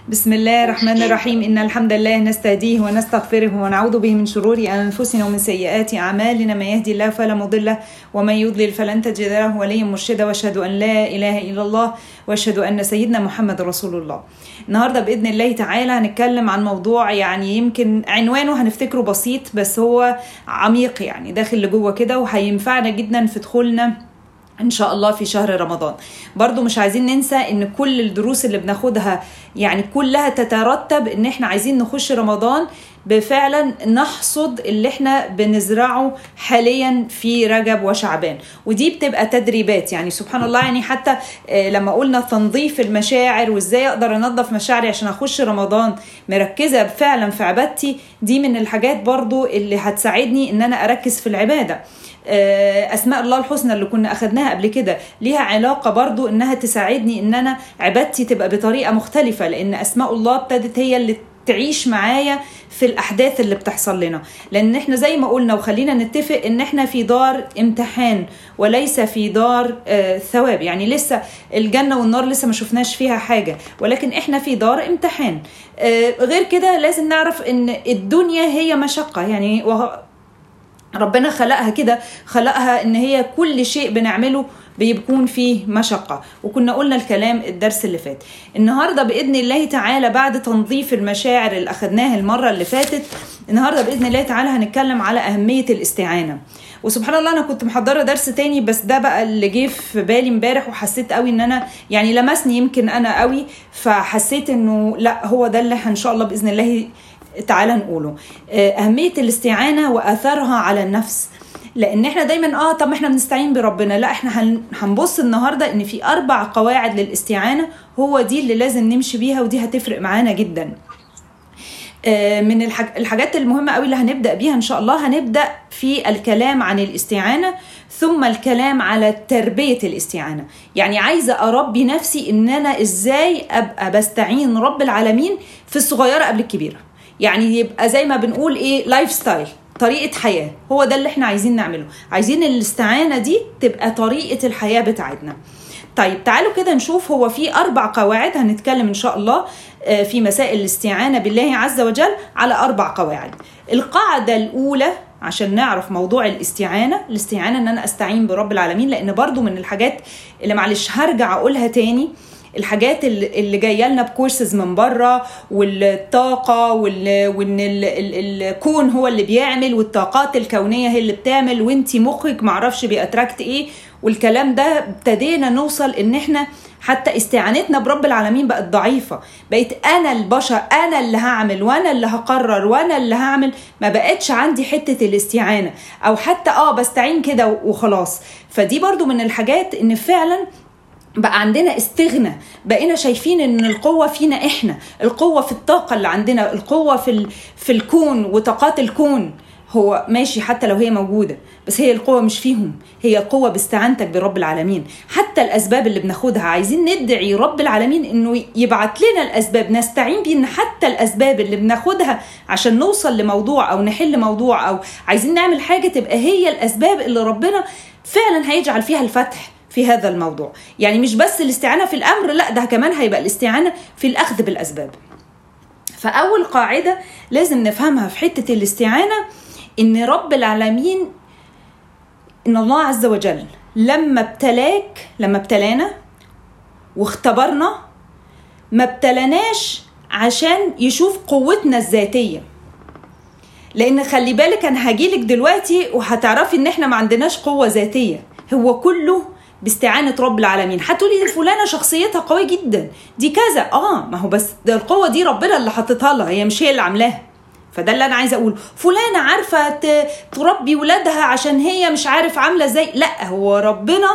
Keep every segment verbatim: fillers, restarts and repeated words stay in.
بسم الله الرحمن الرحيم. إن الحمد لله نستهديه ونستغفره ونعوذ به من شرور أنفسنا ومن سيئات أعمالنا. من يهدي الله فلا مضل له ومن يضلل فلن تجد له وليا مرشدا، وأشهد أن لا إله إلا الله وأشهد أن سيدنا محمد رسول الله. النهارده بإذن الله تعالى هنتكلم عن موضوع يعني يمكن عنوانه هنفتكره بسيط بس هو عميق، يعني داخل لجوه كده، وهينفعنا جدا في دخولنا ان شاء الله في شهر رمضان. برضو مش عايزين ننسى ان كل الدروس اللي بناخدها يعني كلها تترتب ان احنا عايزين نخش رمضان بفعلا نحصد اللي احنا بنزرعه حاليا في رجب وشعبان، ودي بتبقى تدريبات. يعني سبحان الله، يعني حتى لما قلنا تنظيف المشاعر وازاي اقدر انظف مشاعري عشان اخش رمضان مركزة فعلا في عبادتي، دي من الحاجات برضو اللي هتساعدني ان انا اركز في العبادة. أسماء الله الحسنى اللي كنا أخدناها قبل كده ليها علاقة برضو إنها تساعدني إن أنا عبادتي تبقى بطريقة مختلفة، لأن أسماء الله ابتدت هي اللي تعيش معايا في الأحداث اللي بتحصل لنا. لأن إحنا زي ما قلنا وخلينا نتفق إن إحنا في دار امتحان وليس في دار آه ثواب. يعني لسه الجنة والنار لسه ما شفناش فيها حاجة، ولكن إحنا في دار امتحان. آه غير كده لازم نعرف إن الدنيا هي مشقة، يعني وه... ربنا خلقها كده، خلقها ان هي كل شيء بنعمله بيكون فيه مشقة، وكنا قلنا الكلام الدرس اللي فات. النهاردة بإذن الله تعالى بعد تنظيف المشاعر اللي أخدناها المرة اللي فاتت، النهاردة بإذن الله تعالى هنتكلم على أهمية الاستعانة. وسبحان الله أنا كنت محضرة درس تاني بس ده بقى اللي جه في بالي امبارح، وحسيت قوي ان انا يعني لمسني يمكن انا قوي، فحسيت انه لا هو ده اللي ان شاء الله بإذن الله تعالى نقوله. أهمية الاستعانة وأثرها على النفس. لأن احنا دايما اه طب احنا بنستعين بربنا، لا احنا هنبص النهاردة ان في أربع قواعد للاستعانة، هو دي اللي لازم نمشي بيها ودي هتفرق معانا جدا. من الحاجات المهمة قوي اللي هنبدأ بيها ان شاء الله، هنبدأ في الكلام عن الاستعانة ثم الكلام على تربية الاستعانة. يعني عايزة أربي نفسي ان انا ازاي أبقى بستعين رب العالمين في الصغيرة قبل الكبيرة. يعني يبقى زي ما بنقول ايه لايف ستايل، طريقة حياة، هو ده اللي احنا عايزين نعمله. عايزين الاستعانة دي تبقى طريقة الحياة بتاعتنا. طيب تعالوا كده نشوف، هو في أربع قواعد هنتكلم إن شاء الله في مسائل الاستعانة بالله عز وجل على أربع قواعد. القاعدة الأولى عشان نعرف موضوع الاستعانة، الاستعانة ان انا استعين برب العالمين، لان برضو من الحاجات اللي معلش هرجع اقولها تاني، الحاجات اللي جايه لنا بكورسز من بره والطاقه وان الكون هو اللي بيعمل والطاقات الكونيه هي اللي بتعمل وانتي مخك معرفش بيأتراكت ايه والكلام ده، ابتدينا نوصل ان احنا حتى استعانتنا برب العالمين بقت ضعيفه، بقيت انا البشر انا اللي هعمل وانا اللي هقرر وانا اللي هعمل، ما بقتش عندي حته الاستعانه، او حتى اه بستعين كده وخلاص. فدي برضو من الحاجات ان فعلا بقى عندنا استغنى، بقينا شايفين ان القوة فينا احنا، القوة في الطاقة اللي عندنا، القوة في في الكون وطاقات الكون. هو ماشي حتى لو هي موجودة، بس هي القوة مش فيهم، هي القوة باستعانتك برب العالمين. حتى الأسباب اللي بناخدها عايزين ندعي رب العالمين إنه يبعت لنا الأسباب نستعين بيه، إن حتى الأسباب اللي بناخدها عشان نوصل لموضوع أو نحل موضوع أو عايزين نعمل حاجة تبقى هي الأسباب اللي ربنا فعلا هيجعل فيها الفتح في هذا الموضوع. يعني مش بس الاستعانة في الأمر، لا ده كمان هيبقى الاستعانة في الأخذ بالأسباب. فأول قاعدة لازم نفهمها في حتة الاستعانة إن رب العالمين، إن الله عز وجل لما ابتلاك لما ابتلانا واختبرنا، ما ابتلناش عشان يشوف قوتنا الذاتية. لأن خلي بالك أنا هجيلك دلوقتي وهتعرفي إن إحنا ما عندناش قوة ذاتية، هو كله باستعانة رب العالمين. هتقولي دي فلانة شخصيتها قوية جدا، دي كذا، اه ما هو بس ده القوة دي ربنا اللي حطتها لها، هي مش هي اللي عاملاها. فده اللي انا عايزه اقوله. فلانة عارفة تربي ولادها عشان هي مش عارف عاملة ازاي، لا هو ربنا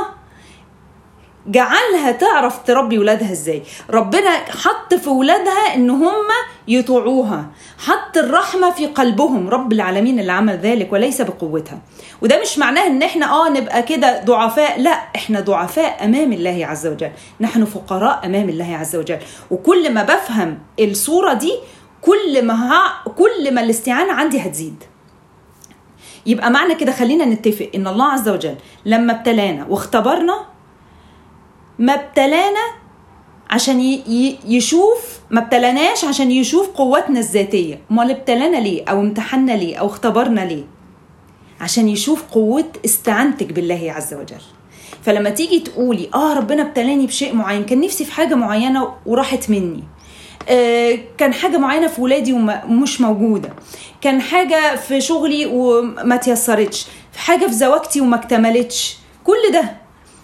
جعلها تعرف تربي ولادها ازاي. ربنا حط في ولادها ان هم يطوعوها، حط الرحمة في قلبهم، رب العالمين اللي عمل ذلك وليس بقوتها. وده مش معناه ان احنا اه نبقى كده ضعفاء، لا احنا ضعفاء امام الله عز وجل، نحن فقراء امام الله عز وجل. وكل ما بفهم الصورة دي كل ما ها كل ما الاستعانة عندي هتزيد. يبقى معنى كده خلينا نتفق ان الله عز وجل لما ابتلانا واختبرنا، ما ابتلانا عشان يشوف، ما ابتلناش عشان يشوف قوتنا الذاتية. امال ابتلنا ليه او امتحنا ليه او اختبرنا ليه؟ عشان يشوف قوة استعانتك بالله عز وجل. فلما تيجي تقولي اه ربنا ابتلاني بشيء معين، كان نفسي في حاجة معينة وراحت مني، آه كان حاجة معينة في ولادي ومش موجودة، كان حاجة في شغلي وما تيسرتش، في حاجة في زواجتي وما اكتملتش، كل ده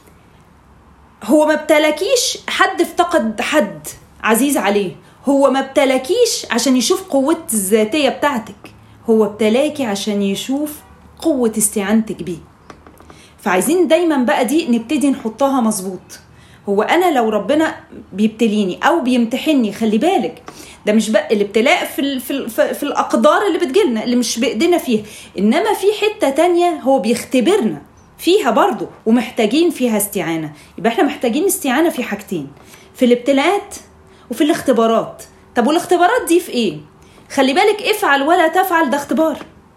هو ما ابتلاكيش حد افتقد حد عزيز عليه، هو ما ابتلاكيش عشان يشوف قوة الذاتية بتاعتك، هو ابتلاكي عشان يشوف قوة استعانتك بيه. فعايزين دايما بقى دي نبتدي نحطها مظبوط. هو أنا لو ربنا بيبتليني أو بيمتحني، خلي بالك ده مش بقى الابتلاء في, ال في, ال في الأقدار اللي بتجيلنا اللي مش بإيدينا فيها، إنما في حتة تانية هو بيختبرنا فيها برضو ومحتاجين فيها استعانة. يبقى احنا محتاجين استعانة في حاجتين، في الابتلاءات وفي الاختبارات. طب والاختبارات دي في ايه؟ خلي بالك افعل ولا تفعل ده اختبار،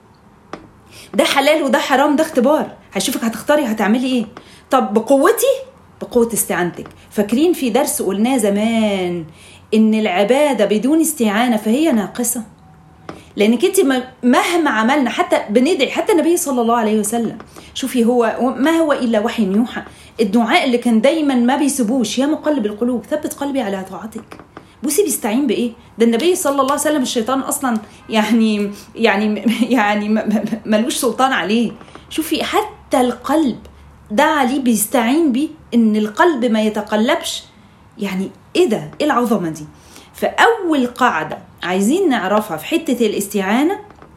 ده حلال وده حرام ده اختبار، هشوفك هتختاري هتعملي ايه. طب بقوتي، بقوة استعانتك. فاكرين في درس قلناه زمان ان العبادة بدون استعانة فهي ناقصة، لانك انت مهما عملنا، حتى بندعي، حتى النبي صلى الله عليه وسلم شوفي هو ما هو الا وحي يوحى، الدعاء اللي كان دايما ما بيسيبوش، يا مقلب القلوب ثبت قلبي على طاعتك. بصي بيستعين بايه؟ ده النبي صلى الله عليه وسلم الشيطان اصلا يعني يعني يعني ملوش سلطان عليه. شوفي حتى القلب ده عليه بيستعين بيه ان القلب ما يتقلبش. يعني ايه ده؟ ايه العظمه دي؟ فاول قاعده عايزين نعرفها في حته الاستعانه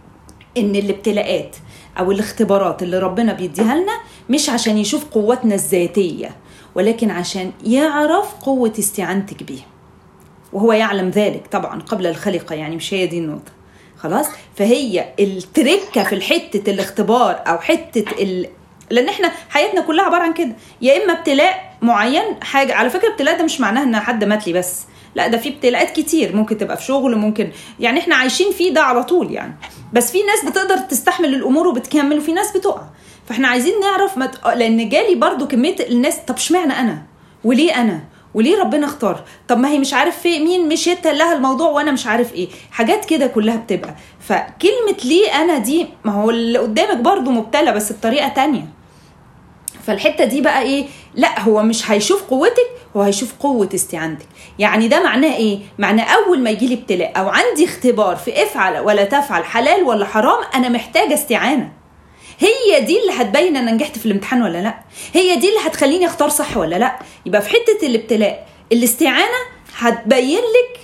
ان الابتلاءات او الاختبارات اللي ربنا بيديها لنا مش عشان يشوف قوتنا الذاتيه، ولكن عشان يعرف قوه استعانتك بيه، وهو يعلم ذلك طبعا قبل الخليقه. يعني مش هي دي النقطه خلاص. فهي التركه في الحته الاختبار او حته ال... لان احنا حياتنا كلها عباره عن كده، يا اما ابتلاء معين حاجه. على فكره ابتلاء ده مش معناه ان حد مات لي بس، لا ده في ابتلاءات كتير، ممكن تبقى في شغل، ممكن يعني احنا عايشين فيه ده على طول يعني. بس في ناس بتقدر تستحمل الامور وبتكمل، وفي ناس بتقع. فاحنا عايزين نعرف مت... لان جالي برضو كميه الناس، طب اشمعنى انا وليه انا وليه ربنا اختار؟ طب ما هي مش عارف في مين مشيت لها الموضوع وانا مش عارف ايه، حاجات كده كلها بتبقى. فكلمه ليه انا دي، ما هو اللي قدامك برضو مبتلى بس بطريقه تانية. فالحته دي بقى ايه؟ لا هو مش هيشوف قوتك، هو هيشوف قوه استعانتك. يعني ده معناه ايه؟ معناه اول ما يجي لي ابتلاء او عندي اختبار في افعل ولا تفعل، حلال ولا حرام، انا محتاجه استعانه. هي دي اللي هتبين انا نجحت في الامتحان ولا لا، هي دي اللي هتخليني اختار صح ولا لا. يبقى في حته الابتلاء الاستعانه هتبين لك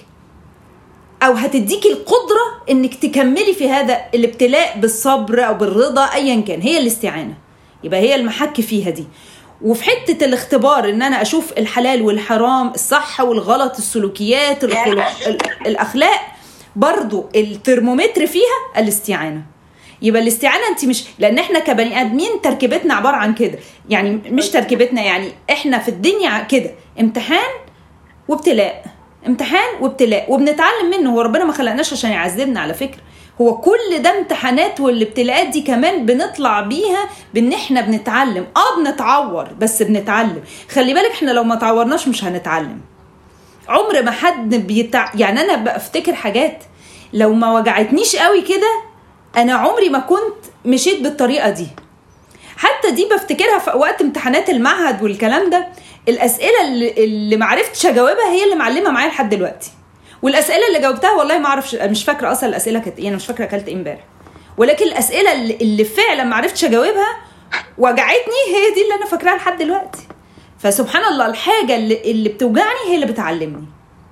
او هتديكي القدره انك تكملي في هذا الابتلاء بالصبر او بالرضا ايا كان، هي الاستعانه. يبقى هي المحك فيها دي. وفي حته الاختبار ان انا اشوف الحلال والحرام، الصح والغلط، السلوكيات، الاخلاق، برضو الترمومتر فيها الاستعانه. يبقى الاستعانه انت مش، لان احنا كبني ادمين تركيبتنا عباره عن كده، يعني مش تركيبتنا، يعني احنا في الدنيا كده امتحان وابتلاء، امتحان وابتلاء، وبنتعلم منه. هو ربنا ما خلقناش عشان يعذبنا على فكره، هو كل ده امتحانات، والابتلاءات دي كمان بنطلع بيها بان احنا بنتعلم. اه بنتعور بس بنتعلم. خلي بالك احنا لو ما تعورناش مش هنتعلم. عمر ما حد بيتع... يعني انا بفتكر حاجات لو ما وجعتنيش قوي كده انا عمري ما كنت مشيت بالطريقه دي. حتى دي بفتكرها في وقت امتحانات المعهد والكلام ده، الاسئله اللي, اللي معرفتش اجاوبها هي اللي معلمه معايا لحد دلوقتي. والاسئله اللي جاوبتها والله ما اعرفش، مش فاكره اصلا الاسئله كانت ايه، انا مش فاكره اكلت ايه امبارح، ولكن الاسئله اللي, اللي فعلا ما عرفتش اجاوبها وجعتني هي دي اللي انا فاكراها لحد دلوقتي. فسبحان الله الحاجه اللي, اللي بتوجعني هي اللي بتعلمني.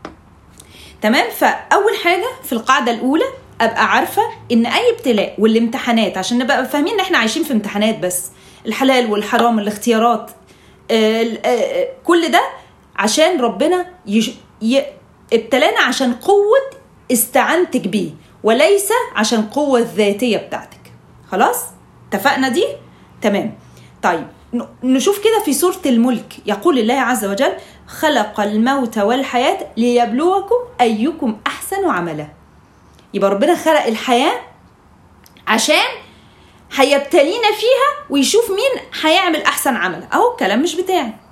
تمام. فاول حاجه في القاعده الاولى ابقى عارفه ان اي ابتلاء والامتحانات، عشان نبقى فاهمين ان احنا عايشين في امتحانات، بس الحلال والحرام، الاختيارات، آآ آآ كل ده عشان ربنا يج... ي... ابتلانا عشان قوه استعانتك بيه، وليس عشان قوه الذاتيه بتاعتك. خلاص اتفقنا دي؟ تمام. طيب نشوف كده في سوره الملك، يقول الله عز وجل: خلق الموت والحياه ليبلوكم ايكم احسن عملا. يبقى ربنا خلق الحياة عشان هيبتلينا فيها ويشوف مين هيعمل أحسن عمل. أهو الكلام مش بتاعي،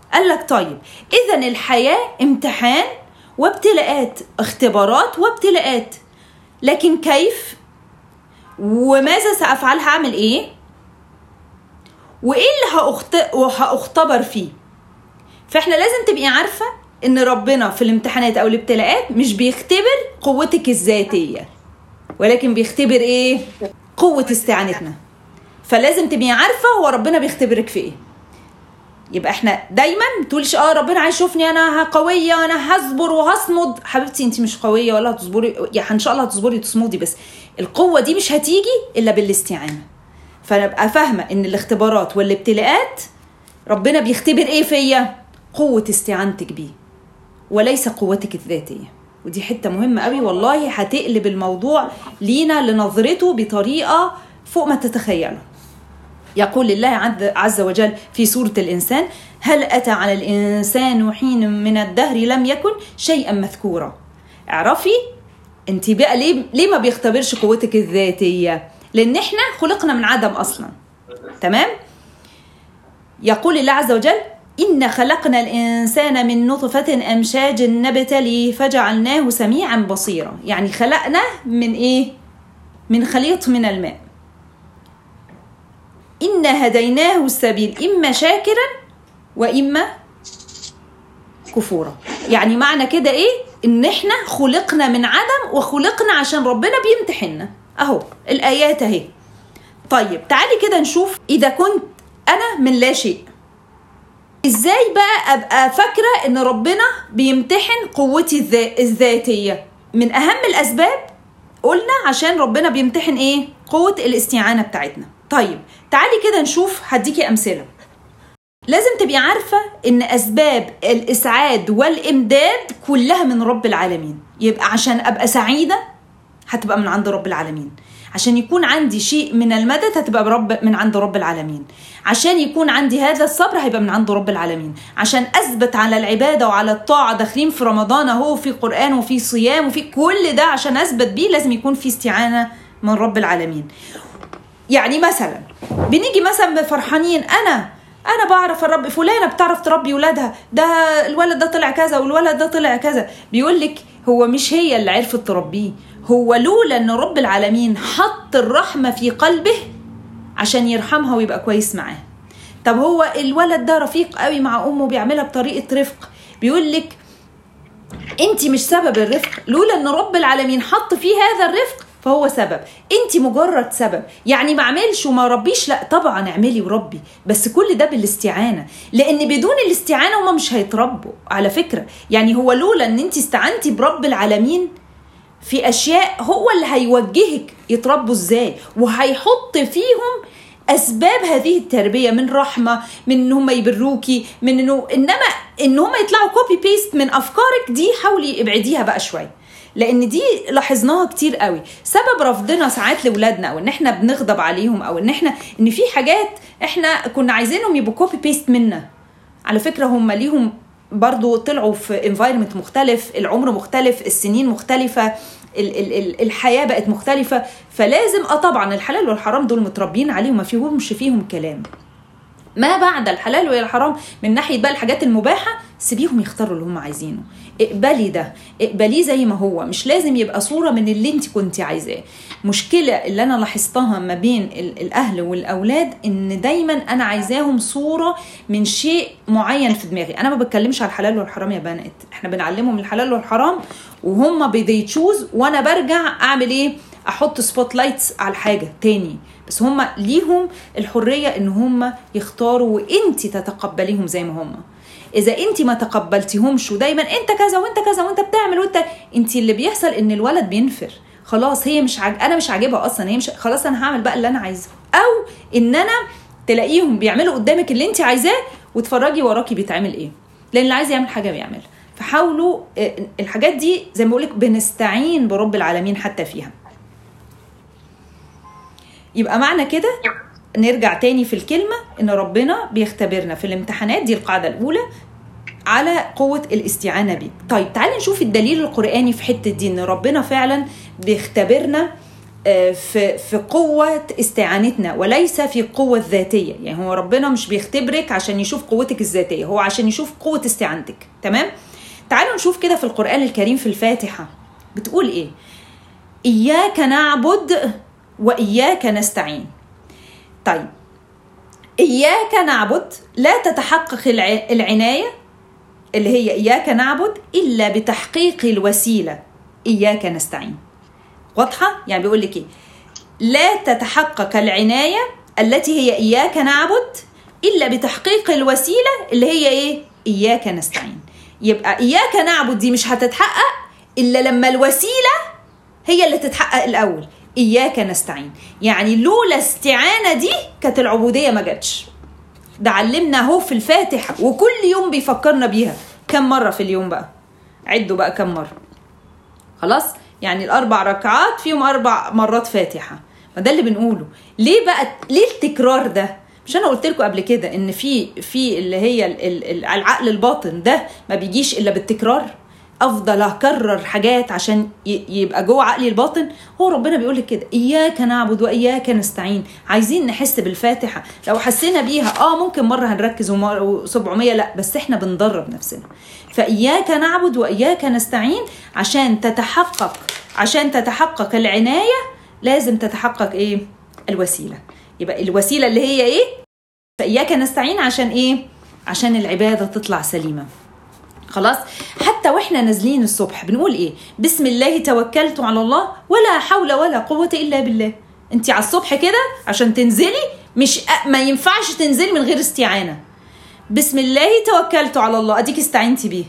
قال لك طيب إذن الحياة امتحان وابتلاءات، اختبارات وابتلاءات، لكن كيف وماذا سأفعل؟ هعمل ايه وايه اللي هأختبر فيه؟ فاحنا لازم تبقي عارفة ان ربنا في الامتحانات او الابتلاءات مش بيختبر قوتك الذاتية، ولكن بيختبر ايه؟ قوة استعانتنا. فلازم تبقي عارفة هو ربنا بيختبرك في ايه. يبقى احنا دايما تقولش اه ربنا عايز يشوفني انا قويه انا هصبر وهصمد. حبيبتي انت مش قويه ولا هتصبري، يعني ان شاء الله هتصبري وتصمدي، بس القوه دي مش هتيجي الا بالاستعانه. فنبقى فاهمه ان الاختبارات والابتلاءات ربنا بيختبر ايه فيا؟ قوه استعانتك بيه وليس قوتك الذاتيه. ودي حته مهمه قوي والله، هتقلب الموضوع لينا لنظرته بطريقه فوق ما تتخيلوا. يقول الله عز وجل في سورة الإنسان: هل أتى على الإنسان حين من الدهر لم يكن شيئا مذكورا. اعرفي انت بقى ليه, ليه ما بيختبرش قوتك الذاتية؟ لأن احنا خلقنا من عدم أصلا. تمام؟ يقول الله عز وجل: إن خلقنا الإنسان من نطفة أمشاج نبتليه فجعلناه سميعا بصيرا. يعني خلقنا من إيه؟ من خليط من الماء. إن هديناه السبيل إما شاكرا وإما كفورا. يعني معنى كده إيه؟ إن إحنا خلقنا من عدم وخلقنا عشان ربنا بيمتحننا. أهو الآيات أهي. طيب تعالي كده نشوف، إذا كنت أنا من لا شيء، إزاي بقى أبقى فاكرة إن ربنا بيمتحن قوتي الذاتية؟ من أهم الأسباب قلنا عشان ربنا بيمتحن إيه؟ قوة الاستعانة بتاعتنا. طيب تعالي كده نشوف، هديكي أمثلة. لازم تبقي عارفة إن أسباب الإسعاد والإمداد كلها من رب العالمين. يبقى عشان أبقى سعيدة هتبقى من عند رب العالمين، عشان يكون عندي شيء من المدد هتبقى برب من عند رب العالمين، عشان يكون عندي هذا الصبر هيبقى من عند رب العالمين، عشان أثبت على العبادة وعلى الطاعة، داخلين في رمضان اهو، في قرآن وفي صيام وفي كل ده، عشان أثبت بيه لازم يكون في استعانة من رب العالمين. يعني مثلا بنيجي مثلا فرحانين، انا انا بعرف الرب، فلانه بتعرف تربي ولادها، ده الولد ده طلع كذا والولد ده طلع كذا. بيقول لك هو مش هي اللي عرفت تربيه، هو لولا ان رب العالمين حط الرحمه في قلبه عشان يرحمها ويبقى كويس معاه. طب هو الولد ده رفيق قوي مع امه، بيعملها بطريقه رفق. بيقول لك انت مش سبب الرفق، لولا ان رب العالمين حط فيه هذا الرفق فهو سبب، انت مجرد سبب. يعني ما اعملش وما ربيش، لا طبعا اعملي وربي، بس كل ده بالاستعانه، لان بدون الاستعانه هما مش هيتربوا على فكره. يعني هو لولا ان انت استعنتي برب العالمين في اشياء، هو اللي هيوجهك يتربوا ازاي، وهيحط فيهم اسباب هذه التربيه، من رحمه، من ان هم يبروكي، من انه انما ان هم يطلعوا كوبي بيست من افكارك دي، حاولي ابعديها بقى شويه، لان دي لاحظناها كتير قوي. سبب رفضنا ساعات لاولادنا، او ان احنا بنغضب عليهم، او ان احنا ان في حاجات احنا كنا عايزينهم يبقوا كوبي بيست منا. على فكره هم ليهم برضو طلعوا في انفايرمنت مختلف، العمر مختلف، السنين مختلفه، ال ال ال الحياه بقت مختلفه، فلازم اه طبعا الحلال والحرام دول متربيين عليهم، ما فيهمش فيهم كلام. ما بعد الحلال والحرام من ناحيه بقى الحاجات المباحه، سيبيهم يختاروا اللي هم عايزينه، اقبلي ده، اقبليه زي ما هو، مش لازم يبقى صوره من اللي انت كنتي عايزاه. مشكله اللي انا لاحظتها ما بين الاهل والاولاد، ان دايما انا عايزاهم صوره من شيء معين في دماغي. انا ما بتكلمش على الحلال والحرام يا بنات، احنا بنعلمهم الحلال والحرام وهم بيتشوز، وانا برجع اعمل ايه؟ احط سبوت لايتس على الحاجه تاني، بس هم ليهم الحريه ان هم يختاروا، وانت تتقبليهم زي ما هم. اذا انت ما تقبلتيهمش ودايما انت كذا وانت كذا وانت بتعمل وانت انت اللي بيحصل ان الولد بينفر خلاص. هي مش عج... انا مش عاجبها اصلا، هي مش خلاص انا هعمل بقى اللي انا عايزه، او ان انا تلاقيهم بيعملوا قدامك اللي انت عايزاه وتفرجي وراكي بيتعمل ايه، لان اللي عايز يعمل حاجه بيعملها. فحاولوا الحاجات دي زي ما بقولك بنستعين برب العالمين حتى فيها. يبقى معنى كده نرجع تاني في الكلمة ان ربنا بيختبرنا في الامتحانات دي، القاعدة الاولى على قوة الاستعانة بيه. طيب تعالي نشوف الدليل القرآني في حتة دي، ان ربنا فعلا بيختبرنا في في قوة استعانتنا وليس في قوة ذاتية. يعني هو ربنا مش بيختبرك عشان يشوف قوتك الذاتية، هو عشان يشوف قوة استعانتك. تمام؟ تعالوا نشوف كده في القرآن الكريم في الفاتحة بتقول ايه؟ إياك نعبد وإياك نستعين. طيب إياك نعبد لا تتحقق العناية اللي هي إياك نعبد إلا بتحقيق الوسيلة إياك نستعين. واضحة؟ يعني بيقول لك إيه؟ لا تتحقق العناية التي هي إياك نعبد إلا بتحقيق الوسيلة اللي هي إيه؟ إياك نستعين. يبقى إياك نعبد دي مش هتتحقق إلا لما الوسيلة هي اللي تتحقق الأول، إياك نستعين. يعني لولا استعانة دي كانت العبودية ما جاتش. ده علمنا اهو في الفاتحة وكل يوم بيفكرنا بيها. كم مرة في اليوم بقى؟ عدوا بقى كم مرة. خلاص؟ يعني الأربع ركعات فيهم أربع مرات فاتحة. ما ده اللي بنقوله. ليه بقى ليه التكرار ده؟ مش أنا قلت لكم قبل كده إن في في اللي هي العقل الباطن ده ما بيجيش إلا بالتكرار. افضل اكرر حاجات عشان يبقى جوه عقلي الباطن. هو ربنا بيقول لك كده اياك نعبد واياك نستعين. عايزين نحس بالفاتحه، لو حسينا بيها اه ممكن مره هنركز وسبعمية لا، بس احنا بندرب نفسنا. فاياك نعبد واياك نستعين عشان تتحقق عشان تتحقق العنايه لازم تتحقق ايه؟ الوسيله. يبقى الوسيله اللي هي ايه؟ فاياك نستعين عشان ايه؟ عشان العباده تطلع سليمه. خلاص؟ حتى واحنا نازلين الصبح بنقول ايه؟ بسم الله توكلت على الله ولا حول ولا قوة الا بالله. انت على الصبح كده عشان تنزلي مش أ... ما ينفعش تنزلي من غير استعانة. بسم الله توكلت على الله، اديك استعينتي بيه.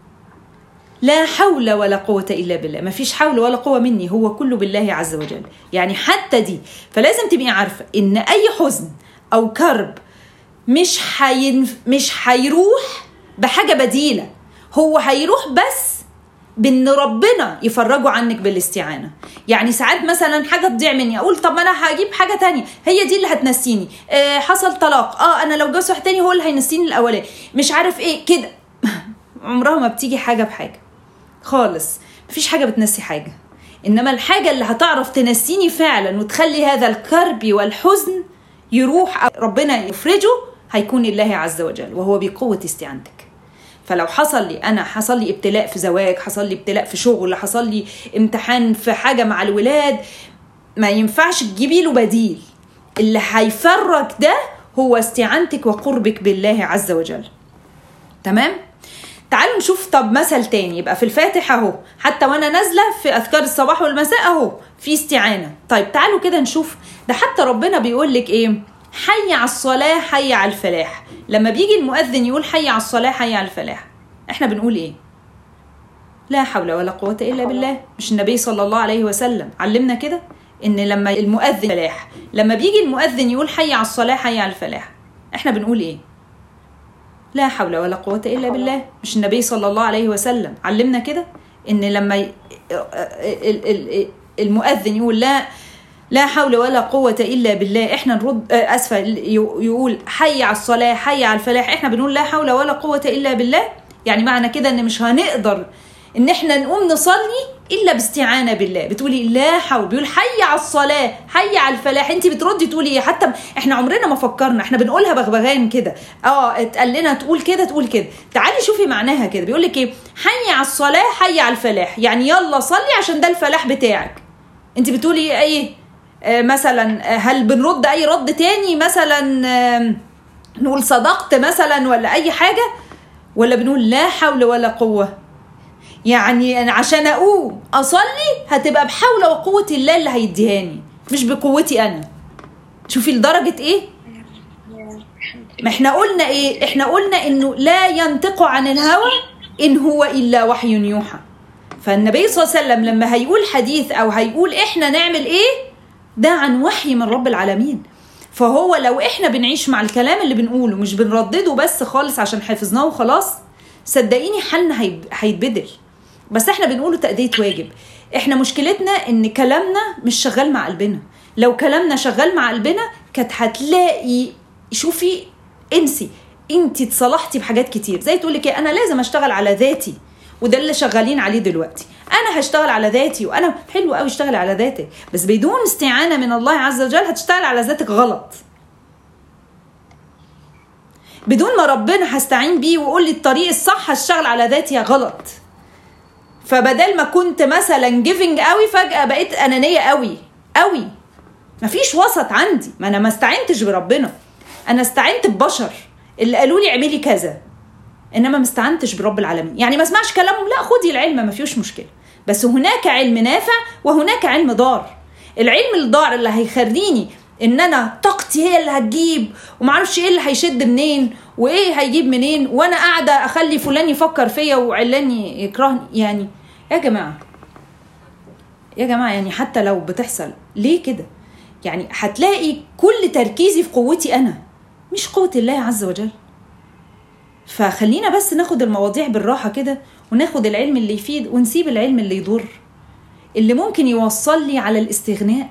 لا حول ولا قوة الا بالله، ما فيش حول ولا قوة مني، هو كله بالله عز وجل. يعني حتى دي، فلازم تبقي عارفة ان اي حزن او كرب مش حين... مش هيروح بحاجة بديلة، هو هيروح بس بان ربنا يفرجوا عنك بالاستعانه. يعني ساعات مثلا حاجه تضيع مني اقول طب ما انا هجيب حاجه تانية هي دي اللي هتنسيني. آه حصل طلاق، اه انا لو جوز واحد تاني هو اللي هينسيني الاولاني، مش عارف ايه كده. عمرها ما بتيجي حاجه بحاجه خالص. مفيش حاجه بتنسي حاجه، انما الحاجه اللي هتعرف تنسيني فعلا وتخلي هذا الكرب والحزن يروح ربنا يفرجه هيكون الله عز وجل، وهو بقوه استعانتك. فلو حصل لي أنا حصل لي ابتلاء في زواج، حصل لي ابتلاء في شغل، حصل لي امتحان في حاجة مع الولاد، ما ينفعش تجيبي له بديل. اللي هيفرج ده هو استعانتك وقربك بالله عز وجل. تمام؟ تعالوا نشوف طب مثل تاني. يبقى في الفاتحة اهو، حتى وانا نازلة في أذكار الصباح والمساء اهو في استعانة. طيب تعالوا كده نشوف ده. حتى ربنا بيقول لك ايه؟ حي على الصلاة حي على الفلاح. لما بيجي المؤذن يقول حي على الصلاة حي على الفلاح، احنا بنقول ايه؟ لا حول ولا قوة إلا بالله. مش النبي صلى الله عليه وسلم علمنا كده؟ ان لما المؤذن فلاح، لما بيجي المؤذن يقول حي على الصلاة حي على الفلاح، احنا بنقول ايه؟ لا حول ولا قوة إلا بالله. مش النبي صلى الله عليه وسلم علمنا كده؟ ان لما المؤذن يقول لا لا حول ولا قوة إلا بالله، إحنا نرد أسفة يقول حي على الصلاة حي على الفلاح، إحنا بنقول لا حول ولا قوة إلا بالله. يعني معنى كده إن مش هنقدر إن إحنا نقوم نصلي إلا باستعانة بالله. بتقولي لا حول، بيقول حي على الصلاة حي على الفلاح، أنت بتردي تقولي حتى إحنا عمرنا ما فكرنا، إحنا بنقولها بغبغان كده. آه اتقال لنا تقول كده تقول كده. تعالي شوفي معناها كده، بيقول لك إيه؟ حي على الصلاة حي على الفلاح، يعني يلا صلي عشان ده الفلاح بتاعك. أنت بتقولي إيه؟ مثلا هل بنرد اي رد تاني مثلا نقول صدقت مثلا ولا اي حاجة، ولا بنقول لا حول ولا قوة؟ يعني عشان اقوم اصلي هتبقى بحول وقوة الله اللي هيديهاني مش بقوتي انا. شوفي لدرجة ايه؟ ما احنا قلنا ايه؟ احنا قلنا انه لا ينطق عن الهوى ان هو الا وحي يوحى. فالنبي صلى الله عليه وسلم لما هيقول حديث او هيقول احنا نعمل ايه، ده عن وحي من رب العالمين. فهو لو احنا بنعيش مع الكلام اللي بنقوله مش بنردده بس خالص عشان حفظناه وخلاص، صدقيني حالنا هيتبدل. بس احنا بنقوله تأدية واجب. احنا مشكلتنا ان كلامنا مش شغال مع قلبنا. لو كلامنا شغال مع قلبنا كانت هتلاقي، شوفي انسي انت اتصلحتي بحاجات كتير. زي تقولك انا لازم اشتغل على ذاتي، وده اللي شغالين عليه دلوقتي. انا هشتغل على ذاتي، وانا حلو قوي اشتغل على ذاتك، بس بدون استعانة من الله عز وجل هتشتغل على ذاتك غلط. بدون ما ربنا هستعين بيه ويقول لي الطريق الصح هشتغل على ذاتي غلط. فبدل ما كنت مثلا جيفنج قوي فجأة بقيت أنانية قوي قوي. مفيش وسط عندي، ما أنا ما استعنتش بربنا، أنا استعنت ببشر اللي قالوا لي اعملي كذا، إنما ما استعنتش برب العالمين. يعني ما اسمعش كلامهم، لا خدي العلم ما فيهوش مشكلة، بس هناك علم نافع وهناك علم ضار. العلم الضار اللي هيخليني ان انا طاقتي هي اللي هتجيب ومعرفش ايه اللي هيشد منين وايه هيجيب منين، وانا قاعده اخلي فلان يفكر فيا وعلان يكرهني. يعني يا جماعه يا جماعه يعني حتى لو بتحصل ليه كده؟ يعني هتلاقي كل تركيزي في قوتي انا مش قوه الله عز وجل. فخلينا بس ناخد المواضيع بالراحه كده، وناخد العلم اللي يفيد ونسيب العلم اللي يضر، اللي ممكن يوصل لي على الاستغناء.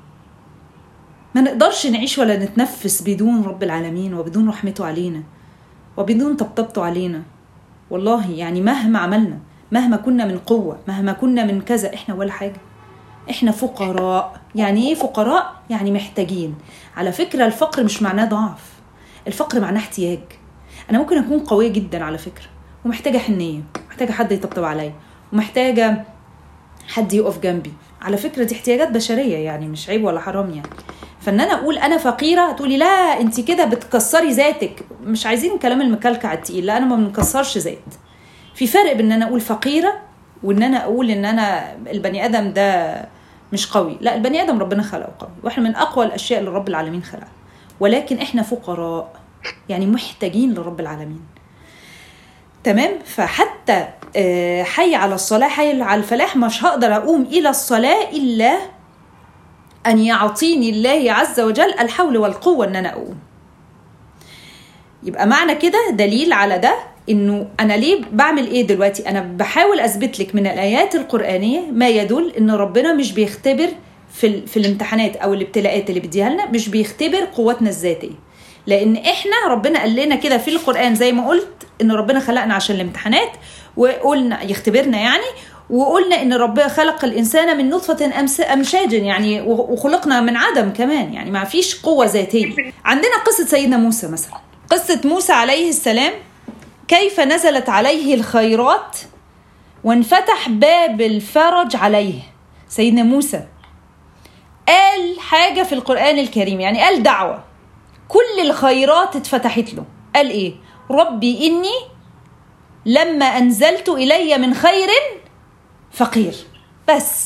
ما نقدرش نعيش ولا نتنفس بدون رب العالمين وبدون رحمته علينا وبدون طبطبته علينا. والله يعني مهما عملنا، مهما كنا من قوة، مهما كنا من كذا، احنا ولا حاجة. احنا فقراء. يعني ايه فقراء؟ يعني محتاجين. على فكرة الفقر مش معناه ضعف، الفقر معناه احتياج. انا ممكن اكون قوية جدا على فكرة ومحتاجة حنية، محتاجة حد يطبطب عليا، ومحتاجة حد يقف جنبي. على فكرة دي احتياجات بشرية، يعني مش عيب ولا حرام. يعني فان انا اقول انا فقيرة تقولي لا انت كده بتكسري ذاتك. مش عايزين كلام المكلكع التقيل، لا انا ما بنكسرش ذات. في فرق بين ان انا اقول فقيرة وان انا اقول ان انا البني ادم ده مش قوي. لا، البني ادم ربنا خلقه قوي، واحنا من اقوى الاشياء اللي رب العالمين خلقها، ولكن احنا فقراء، يعني محتاجين لرب العالمين. تمام؟ فحتى حي على الصلاة، حي على الفلاح، مش هقدر اقوم الى الصلاة الا ان يعطيني الله عز وجل الحول والقوة ان انا اقوم. يبقى معنى كده دليل على ده انه انا ليه بعمل ايه دلوقتي؟ انا بحاول اثبت لك من الايات القرآنية ما يدل ان ربنا مش بيختبر في, في الامتحانات او الابتلاءات اللي بيديها لنا، مش بيختبر قوتنا الذاتية. لان احنا ربنا قال لنا كده في القرآن زي ما قلت ان ربنا خلقنا عشان الامتحانات، وقلنا يختبرنا يعني، وقلنا ان ربنا خلق الانسان من نطفة امشاج، يعني وخلقنا من عدم كمان، يعني ما فيش قوة ذاتية. عندنا قصة سيدنا موسى مثلا، قصة موسى عليه السلام، كيف نزلت عليه الخيرات وانفتح باب الفرج عليه. سيدنا موسى قال حاجة في القرآن الكريم، يعني قال دعوة، كل الخيرات اتفتحت له. قال ايه؟ ربي إني لما أنزلت إلي من خير فقير. بس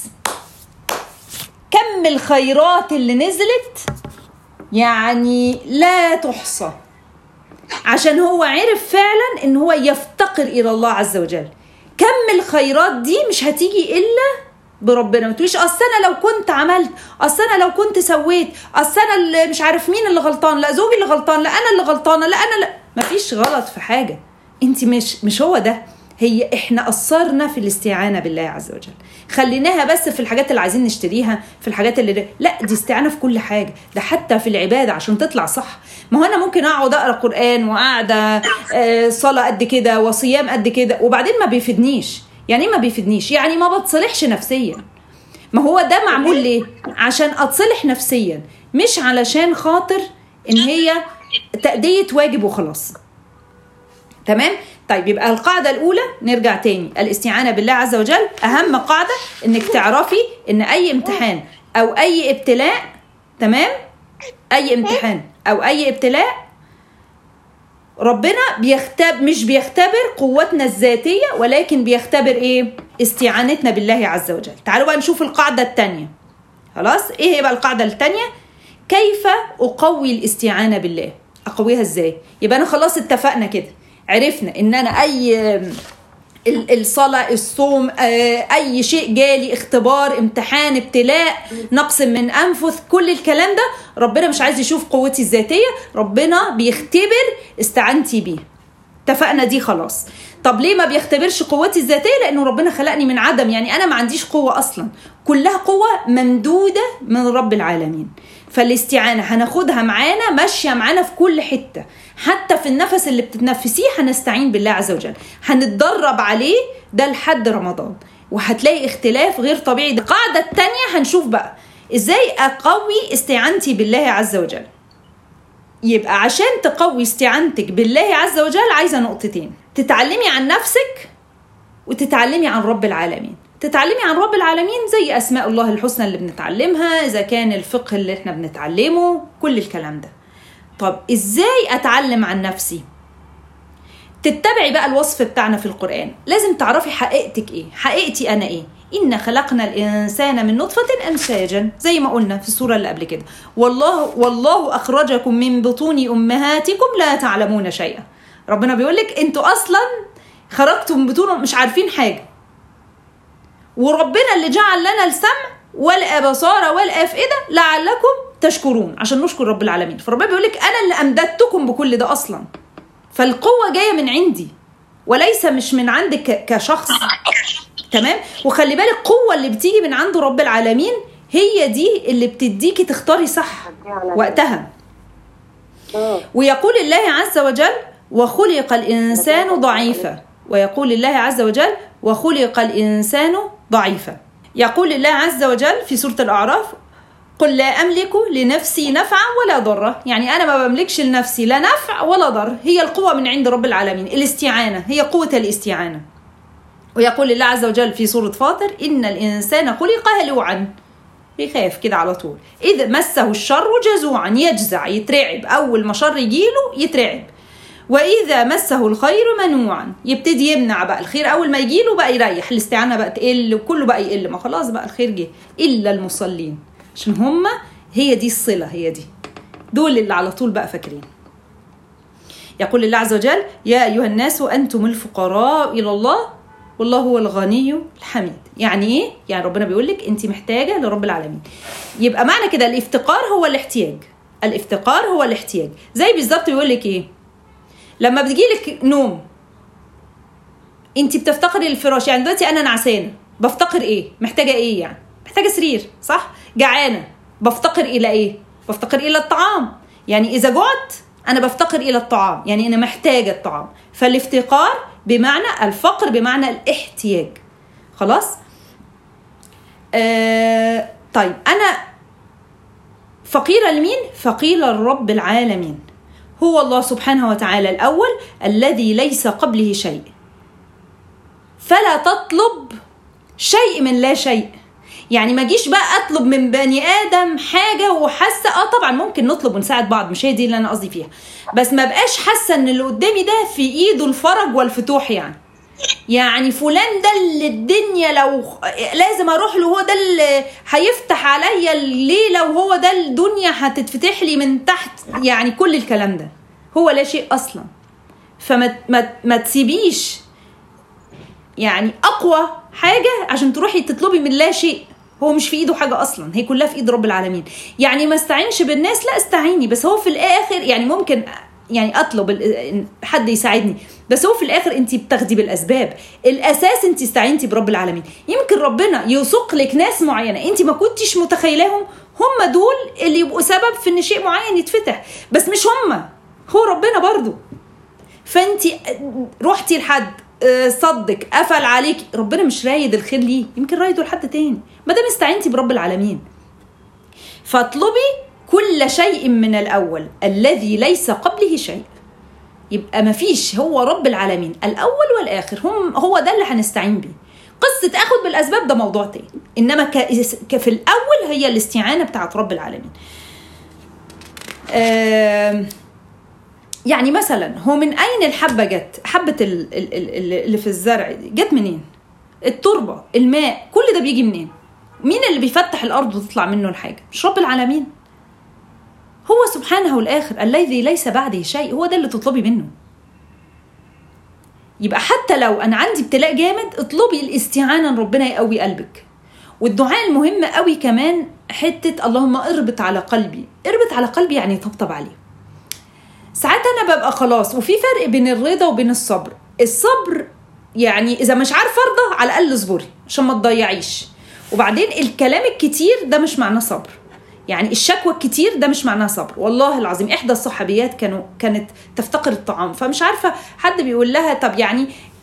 كم الخيرات اللي نزلت يعني لا تحصى، عشان هو عرف فعلا ان هو يفتقر الى الله عز وجل. كم الخيرات دي مش هتيجي الا بربنا. ما تقوليش اصل انا لو كنت عملت، اصل انا لو كنت سويت، اصل انا اللي مش عارف مين اللي غلطان، لا زوجي اللي غلطان، لا انا اللي غلطانه، لا انا لا. مفيش غلط في حاجه، انت مش مش هو ده. هي احنا قصرنا في الاستعانه بالله عز وجل، خليناها بس في الحاجات اللي عايزين نشتريها، في الحاجات اللي لا، دي استعانه في كل حاجه، ده حتى في العباده عشان تطلع صح. ما هو انا ممكن اقعد اقرا قران وقاعده صلاه قد كده وصيام قد كده وبعدين ما بيفيدنيش. يعني ما بيفيدنيش، يعني ما بتصلحش نفسيا. ما هو ده معمول ليه؟ عشان اتصلح نفسيا، مش علشان خاطر ان هي تأدية واجب وخلاص. تمام؟ طيب يبقى القاعدة الأولى نرجع تاني، الاستعانة بالله عز وجل أهم قاعدة، إنك تعرفي إن أي امتحان أو أي ابتلاء، تمام؟ أي امتحان أو أي ابتلاء ربنا بيختبر، مش بيختبر قوتنا الذاتية، ولكن بيختبر إيه؟ استعانتنا بالله عز وجل. تعالوا بقى نشوف القاعدة التانية. خلاص؟ إيه هي بقى القاعدة التانية؟ كيف أقوي الاستعانة بالله؟ أقويها إزاي؟ يبقى أنا خلاص اتفقنا كده، عرفنا ان انا اي الصلاة، الصوم، اي شيء جالي، اختبار، امتحان، ابتلاء، نقص من انفس، كل الكلام ده ربنا مش عايز يشوف قوتي الذاتية، ربنا بيختبر استعانتي بيه. اتفقنا دي خلاص. طب ليه ما بيختبرش قوتي الذاتية؟ لانه ربنا خلقني من عدم، يعني انا ما عنديش قوة اصلا، كلها قوة ممدودة من رب العالمين. فالاستعانة هناخدها معانا، ماشية معانا في كل حتة، حتى في النفس اللي بتتنفسيه هنستعين بالله عز وجل، هنتدرب عليه ده لحد رمضان. وهتلاقي اختلاف غير طبيعي. القاعدة التانية هنشوف بقى ازاي اقوي استعانتي بالله عز وجل. يبقى عشان تقوي استعانتك بالله عز وجل عايزة نقطتين: تتعلمي عن نفسك وتتعلمي عن رب العالمين. تتعلمي عن رب العالمين زي أسماء الله الحسنى اللي بنتعلمها، إذا كان الفقه اللي احنا بنتعلمه، كل الكلام ده. طب إزاي أتعلم عن نفسي؟ تتبعي بقى الوصف بتاعنا في القرآن. لازم تعرفي حقيقتك إيه، حقيقتي أنا إيه. إن خلقنا الإنسان من نطفة أمشاجا، زي ما قلنا في السورة اللي قبل كده. والله والله أخرجكم من بطون أمهاتكم لا تعلمون شيئا. ربنا بيقولك أنتوا أصلا خرجتوا من بطون مش عارفين حاجة، وربنا اللي جعل لنا السمع والأبصار والأفئدة لعلكم تشكرون، عشان نشكر رب العالمين. فربنا بيقولك أنا اللي أمددتكم بكل ده أصلا. فالقوة جاية من عندي وليس مش من عندك كشخص. تمام؟ وخلي بالك القوة اللي بتيجي من عند رب العالمين هي دي اللي بتديكي تختاري صح وقتها. ويقول الله عز وجل: وخلق الإنسان ضعيفا. ويقول الله عز وجل: وخلق الإنسان ضعيفا. يقول الله عز وجل في سورة الأعراف: قل لا أملك لنفسي نفعا ولا ضرا. يعني أنا ما بملكش لنفسي لا نفع ولا ضر. هي القوة من عند رب العالمين، الاستعانة هي قوة الاستعانة. ويقول الله عز وجل في سورة فاطر: إن الإنسان خلق هلوعا، بيخاف كده على طول. إذا مسه الشر جزوعا، يجزع يترعب، أول ما شر يجيله يترعب. وإذا مسه الخير منوعا، يبتدي يمنع بقى الخير. أول ما يجيله بقى يريح، الاستعانة بقى تقل وكله بقى يقل، ما خلاص بقى الخير جه. إلا المصلين، عشان هم هي دي الصلة، هي دي دول اللي على طول بقى فاكرين. يقول الله عز وجل: يا أيها الناس أنتم الفقراء إلى الله والله هو الغني الحميد. يعني إيه؟ يعني ربنا بيقولك أنت محتاجة لرب العالمين. يبقى معنى كده الافتقار هو الاحتياج، الافتقار هو الاحتياج. زي بالظبط بيقولك إيه؟ لما بتجيلك نوم انت بتفتقري للفراش. يعني دلوقتي انا نعسانه، بفتقر ايه؟ محتاجه ايه؟ يعني محتاجه سرير، صح؟ جعانه، بفتقر الى ايه؟ بفتقر الى الطعام. يعني اذا جعت انا بفتقر الى الطعام، يعني انا محتاجه الطعام. فالافتقار بمعنى الفقر، بمعنى الاحتياج. خلاص؟ آه طيب انا فقيره لمين؟ فقيره لرب العالمين. هو الله سبحانه وتعالى الأول الذي ليس قبله شيء، فلا تطلب شيء من لا شيء. يعني ما جيش بقى أطلب من بني آدم حاجة وحاسة آه طبعا ممكن نطلب ونساعد بعض، مش هي دي اللي أنا قصدي فيها، بس ما بقاش حاسة إن اللي قدامي ده في إيده الفرج والفتوح. يعني يعني فلان ده اللي الدنيا لو لازم اروح له، هو ده اللي هيفتح عليا الليله، وهو ده الدنيا هتتفتح لي من تحت. يعني كل الكلام ده هو لا شيء اصلا. فما ما, ما تسيبيش يعني اقوى حاجه عشان تروحي تطلبي من لا شيء، هو مش في ايده حاجه اصلا، هي كلها في ايد رب العالمين. يعني ما استعينش بالناس، لا استعيني، بس هو في الاخر يعني ممكن يعني اطلب حد يساعدني، بس هو في الاخر انت بتاخدي بالاسباب. الاساس انت استعينتي برب العالمين. يمكن ربنا يسوق لك ناس معينه انت ما كنتيش متخيلاهم، هم دول اللي يبقوا سبب في ان شيء معين يتفتح، بس مش هم، هو ربنا برضو. فانت روحتي لحد صدق قفل عليك، ربنا مش رايد الخير ليه، يمكن رايده لحد تاني، ما دام استعينتي برب العالمين. فاطلبي كل شيء من الأول الذي ليس قبله شيء. يبقى ما فيش، هو رب العالمين الأول والآخر، هم هو ده اللي هنستعين بيه. قصة أخذ بالأسباب ده موضوع تاني، إنما كفي الأول هي الاستعانة بتاعت رب العالمين. آه يعني مثلا هو من أين الحبة جت؟ حبة اللي في الزرع جت منين؟ التربة، الماء، كل ده بيجي منين؟ مين اللي بيفتح الأرض وتطلع منه الحاجة؟ مش رب العالمين؟ هو سبحانه الآخر الذي ليس بعده شيء، هو ده اللي تطلبي منه. يبقى حتى لو أنا عندي ابتلاء جامد، اطلبي الاستعانة ان ربنا يقوي قلبك. والدعاء المهم قوي كمان حتة اللهم اربط على قلبي. اربط على قلبي يعني طبطب عليه. ساعات أنا ببقى خلاص، وفي فرق بين الرضا وبين الصبر. الصبر يعني إذا مش عارفة أرضى على الأقل اصبري عشان ما تضيعيش. وبعدين الكلام الكتير ده مش معناه صبر، يعني الشكوى الكتير ده مش معناه صبر. والله العظيم إحدى الصحابيات كانوا كانت تفتقر الطعام، فمش عارفة حد بيقول لها طب يعني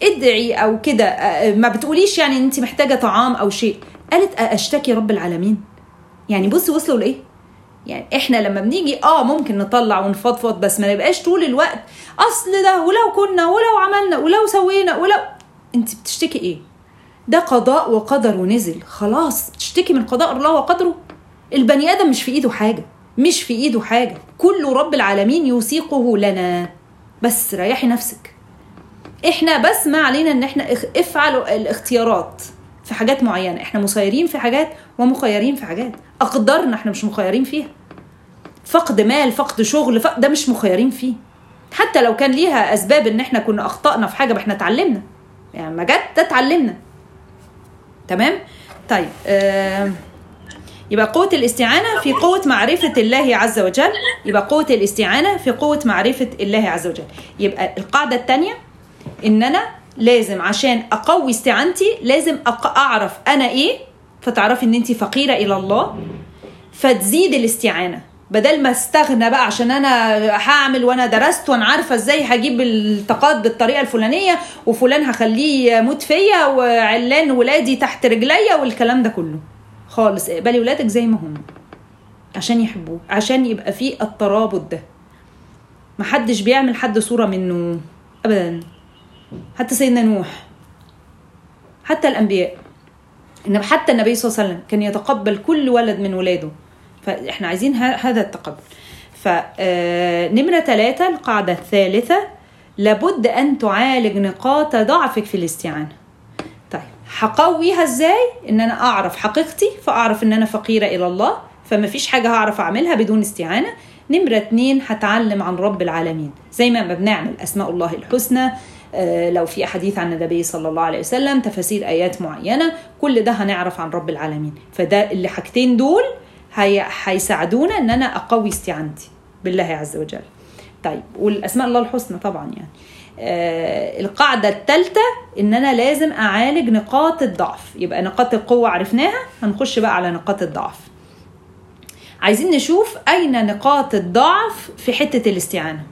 ادعي او كده، ما بتقوليش يعني انت محتاجه طعام او شيء. قالت اشتكي رب العالمين. يعني بصي وصلوا لايه؟ يعني احنا لما بنيجي اه ممكن نطلع ونفضفض، بس ما نبقاش طول الوقت اصل ده ولو كنا ولو عملنا ولو سوينا ولو. انت بتشتكي ايه؟ ده قضاء وقدر ونزل خلاص، تشتكي من قضاء الله وقدره. البني ادم مش في ايده حاجه، مش في ايده حاجه، كله رب العالمين يوثقه لنا. بس ريحي نفسك. احنا بس ما علينا ان احنا افعلوا الاختيارات في حاجات معينه. احنا مسيرين في حاجات ومخيرين في حاجات. اقدارنا احنا مش مخيرين فيها. فقد مال، فقد شغل، فقد ده مش مخيرين فيه. حتى لو كان ليها اسباب ان احنا كنا اخطأنا في حاجه، احنا اتعلمنا يعني، ما جت ده اتعلمنا. تمام. طيب آه يبقى قوة الاستعانة في قوة معرفة الله عز وجل. يبقى قوة الاستعانة في قوة معرفة الله عز وجل. يبقى القاعدة الثانية ان انا لازم عشان اقوي استعانتي لازم اعرف انا ايه، فتعرفي ان انت فقيرة الى الله فتزيد الاستعانة. بدل ما استغنى بقى عشان انا هعمل وانا درست وانا عارفه ازاي هجيب الطاقات بالطريقه الفلانيه، وفلان هخليه يموت فيا، وعلان ولادي تحت رجليا والكلام ده كله خالص. اقبلي ولادك زي ما هم عشان يحبوه، عشان يبقى فيه الترابط ده. محدش بيعمل حد صوره منه ابدا، حتى سيدنا نوح، حتى الانبياء، انما حتى النبي صلى الله عليه وسلم كان يتقبل كل ولد من ولاده. فاحنا عايزين هذا التقبل. فنمرة ثلاثة القاعدة الثالثة، لابد أن تعالج نقاط ضعفك في الاستعانة. طيب هقويها ازاي؟ ان انا اعرف حقيقتي، فاعرف ان انا فقيرة الى الله، فما فيش حاجة هعرف اعملها بدون استعانة. نمرة اتنين هتعلم عن رب العالمين زي ما بنعمل اسماء الله الحسنى، آه لو في احاديث عن النبي صلى الله عليه وسلم، تفاسير ايات معينة، كل ده هنعرف عن رب العالمين. فده اللي حاجتين دول هي هيساعدونا ان انا اقوي استعانتي بالله عز وجل. طيب والاسماء الله الحسنى طبعا يعني. آه القاعده الثالثه ان انا لازم اعالج نقاط الضعف. يبقى نقاط القوه عرفناها، هنخش بقى على نقاط الضعف. عايزين نشوف اين نقاط الضعف في حته الاستعانه.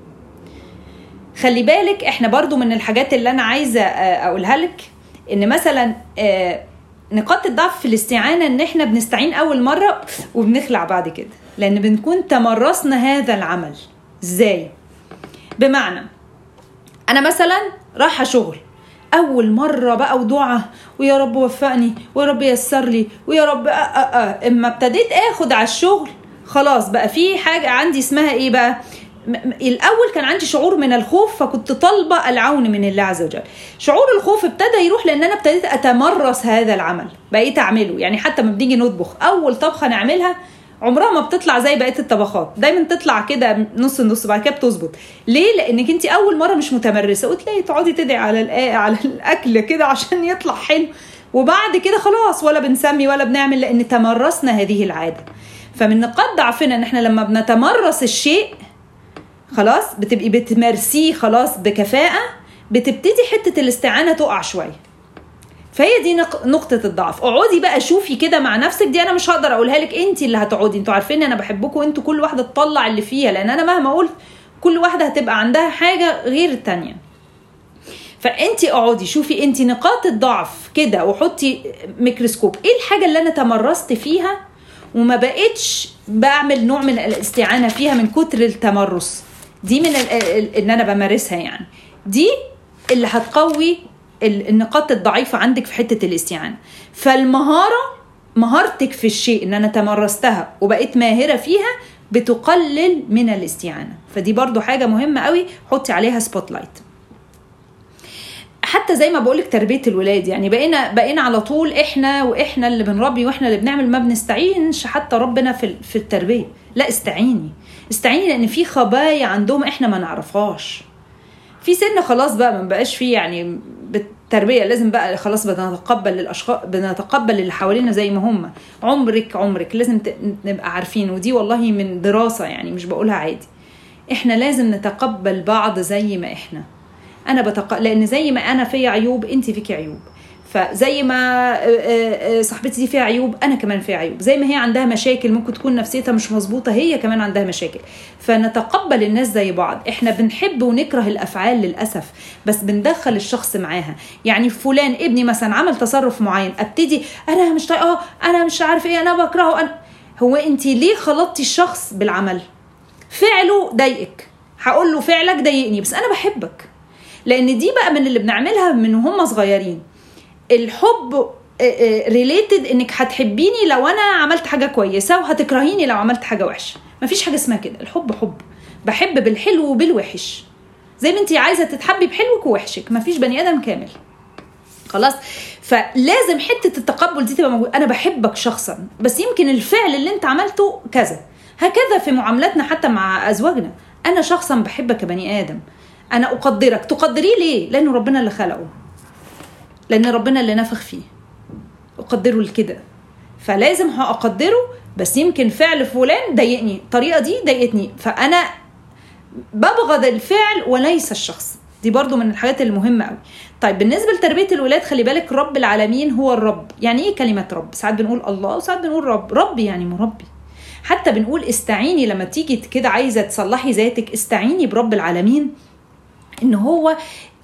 خلي بالك احنا برضو من الحاجات اللي انا عايزه اقولها لك ان مثلا آه نقاط الضعف في الاستعانة ان احنا بنستعين اول مرة وبنخلع بعد كده، لان بنكون تمرسنا هذا العمل. ازاي؟ بمعنى انا مثلا رايحة شغل اول مرة بقى ودعاء ويا رب وفقني ويا رب يسر لي ويا رب أه أه أه. اما ابتديت اخد على الشغل خلاص بقى في حاجة عندي اسمها ايه بقى؟ الأول كان عندي شعور من الخوف، فكنت طالبة العون من الله عز وجل. شعور الخوف ابتدى يروح لأن أنا ابتديت أتمرس هذا العمل، بقيت أعمله. يعني حتى ما بنيجي نطبخ أول طبخة نعملها عمرها ما بتطلع زي بقية الطبخات، دايما تطلع كده نص النص بعد كده بتظبط. ليه؟ لأنك أنت أول مرة مش متمرسة، وتلاقي تقعدي تدعي على على الأكل كده عشان يطلع حلو، وبعد كده خلاص ولا بنسمي ولا بنعمل لأن تمرسنا هذه العادة. فمن نقاط ضعفنا إن إحنا لما بنتمرس الشيء خلاص بتبقي بتمارسيه خلاص بكفاءة، بتبتدي حتة الاستعانة تقع شوية. فهي دي نقطة الضعف. اقعدي بقى شوفي كده مع نفسك، دي انا مش هقدر اقولها لك، انت اللي هتقعدي. انتوا عارفين انا بحبكم، انتوا كل واحدة تطلع اللي فيها، لان انا مهما قلت كل واحدة هتبقى عندها حاجة غير التانية. فانت اقعدي شوفي انت نقاط الضعف كده، وحطي ميكروسكوب ايه الحاجة اللي انا تمرست فيها وما بقتش بعمل نوع من الاستعانة فيها من كتر التمرس. دي من ان انا بمارسها يعني، دي اللي هتقوي النقاط الضعيفة عندك في حتة الاستعانة. فالمهارة، مهارتك في الشيء ان انا تمرستها وبقيت ماهرة فيها، بتقلل من الاستعانة. فدي برضو حاجة مهمة قوي، حطي عليها سبوت لايت. حتى زي ما بقولك تربية الولاد، يعني بقينا بقينا على طول احنا واحنا اللي بنربي واحنا اللي بنعمل، ما بنستعينش حتى ربنا في في التربية. لا استعيني استعيني لان في خبايا عندهم احنا ما نعرفهاش. في سن خلاص بقى ما بقاش فيه يعني بالتربية، لازم بقى خلاص بنتقبل الاشخاص، بنتقبل اللي حوالينا زي ما هم. عمرك عمرك لازم نبقى عارفين، ودي والله من دراسة يعني مش بقولها عادي. احنا لازم نتقبل بعض زي ما احنا. انا بتق... لان زي ما انا في عيوب انت فيكي عيوب. فزي ما صاحبتي دي فيها عيوب انا كمان فيها عيوب، زي ما هي عندها مشاكل ممكن تكون نفسيتها مش مظبوطه هي كمان عندها مشاكل، فنتقبل الناس زي بعض. احنا بنحب ونكره الافعال للاسف، بس بندخل الشخص معاها. يعني فلان ابني مثلا عمل تصرف معين، ابتدي انا مش طايقاه، انا مش عارف ايه، انا بكرهه. أنا هو انت ليه خلطتي الشخص بالعمل؟ فعله ضايقك، هقول له فعلك ضايقني بس انا بحبك. لان دي بقى من اللي بنعملها من هم صغيرين. الحب ريليتد انك هتحبيني لو انا عملت حاجه كويسه وهتكرهيني لو عملت حاجه وحشه. مفيش حاجه اسمها كده. الحب حب، بحب بالحلو وبالوحش، زي ما انتي عايزه تتحبي بحلوك ووحشك. مفيش بني ادم كامل خلاص. فلازم حته التقبل دي تبقى موجوده. انا بحبك شخصا بس يمكن الفعل اللي انت عملته كذا. هكذا في معاملاتنا حتى مع ازواجنا. انا شخصا بحبك كبني ادم، انا اقدرك. تقدريه ليه؟ لانه ربنا اللي خلقه، لان ربنا اللي نفخ فيه، اقدره لكده. فلازم هاقدره، بس يمكن فعل فلان ضايقني، الطريقه دي ضايقتني، فانا ببغض الفعل وليس الشخص. دي برضو من الحاجات المهمه قوي. طيب بالنسبه لتربيه الولاد، خلي بالك رب العالمين هو الرب. يعني ايه كلمه رب؟ ساعات بنقول الله وساعات بنقول رب. رب يعني مربي. حتى بنقول استعيني لما تيجي كده عايزه تصلحي ذاتك، استعيني برب العالمين ان هو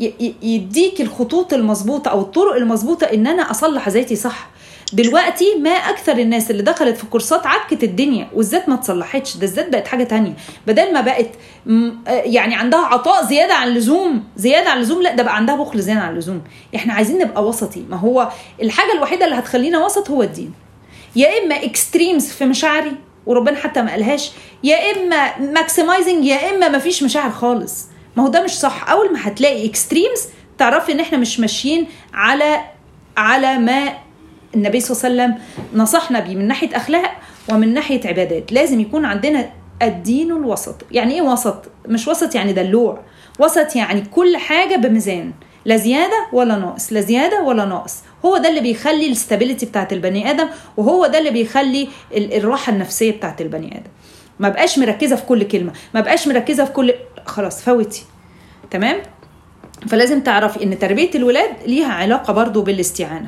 يديك الخطوط المظبوطه او الطرق المظبوطه ان انا اصلح ذاتي صح. دلوقتي ما اكثر الناس اللي دخلت في كورسات عكت الدنيا والذات ما تصلحتش، ده الذات بقت حاجه تانية. بدل ما بقت يعني عندها عطاء زياده عن اللزوم زياده عن اللزوم، لا ده بقى عندها بخل زياده عن اللزوم. احنا عايزين نبقى وسطي. ما هو الحاجه الوحيده اللي هتخلينا وسط هو الدين. يا اما اكستريمز في مشاعري وربنا حتى ما قالهاش، يا اما ماكسمايزنج، يا اما ما فيش مشاعر خالص. ما هو ده مش صح. اول ما هتلاقي اكستريمز تعرفي ان احنا مش ماشيين على على ما النبي صلى الله عليه وسلم نصحنا بيه من ناحيه اخلاق ومن ناحيه عبادات. لازم يكون عندنا الدين الوسط. يعني ايه وسط؟ مش وسط يعني دلوع، وسط يعني كل حاجه بميزان، لا زياده ولا ناقص، لا زياده ولا ناقص. هو ده اللي بيخلي الاستابيليتي بتاعت البني ادم، وهو ده اللي بيخلي الراحه النفسيه بتاعت البني ادم. ما بقاش مركزه في كل كلمه، ما بقاش مركزه في كل، خلاص فوتي. تمام؟ فلازم تعرفي ان تربيه الولاد ليها علاقه برضو بالاستعانه.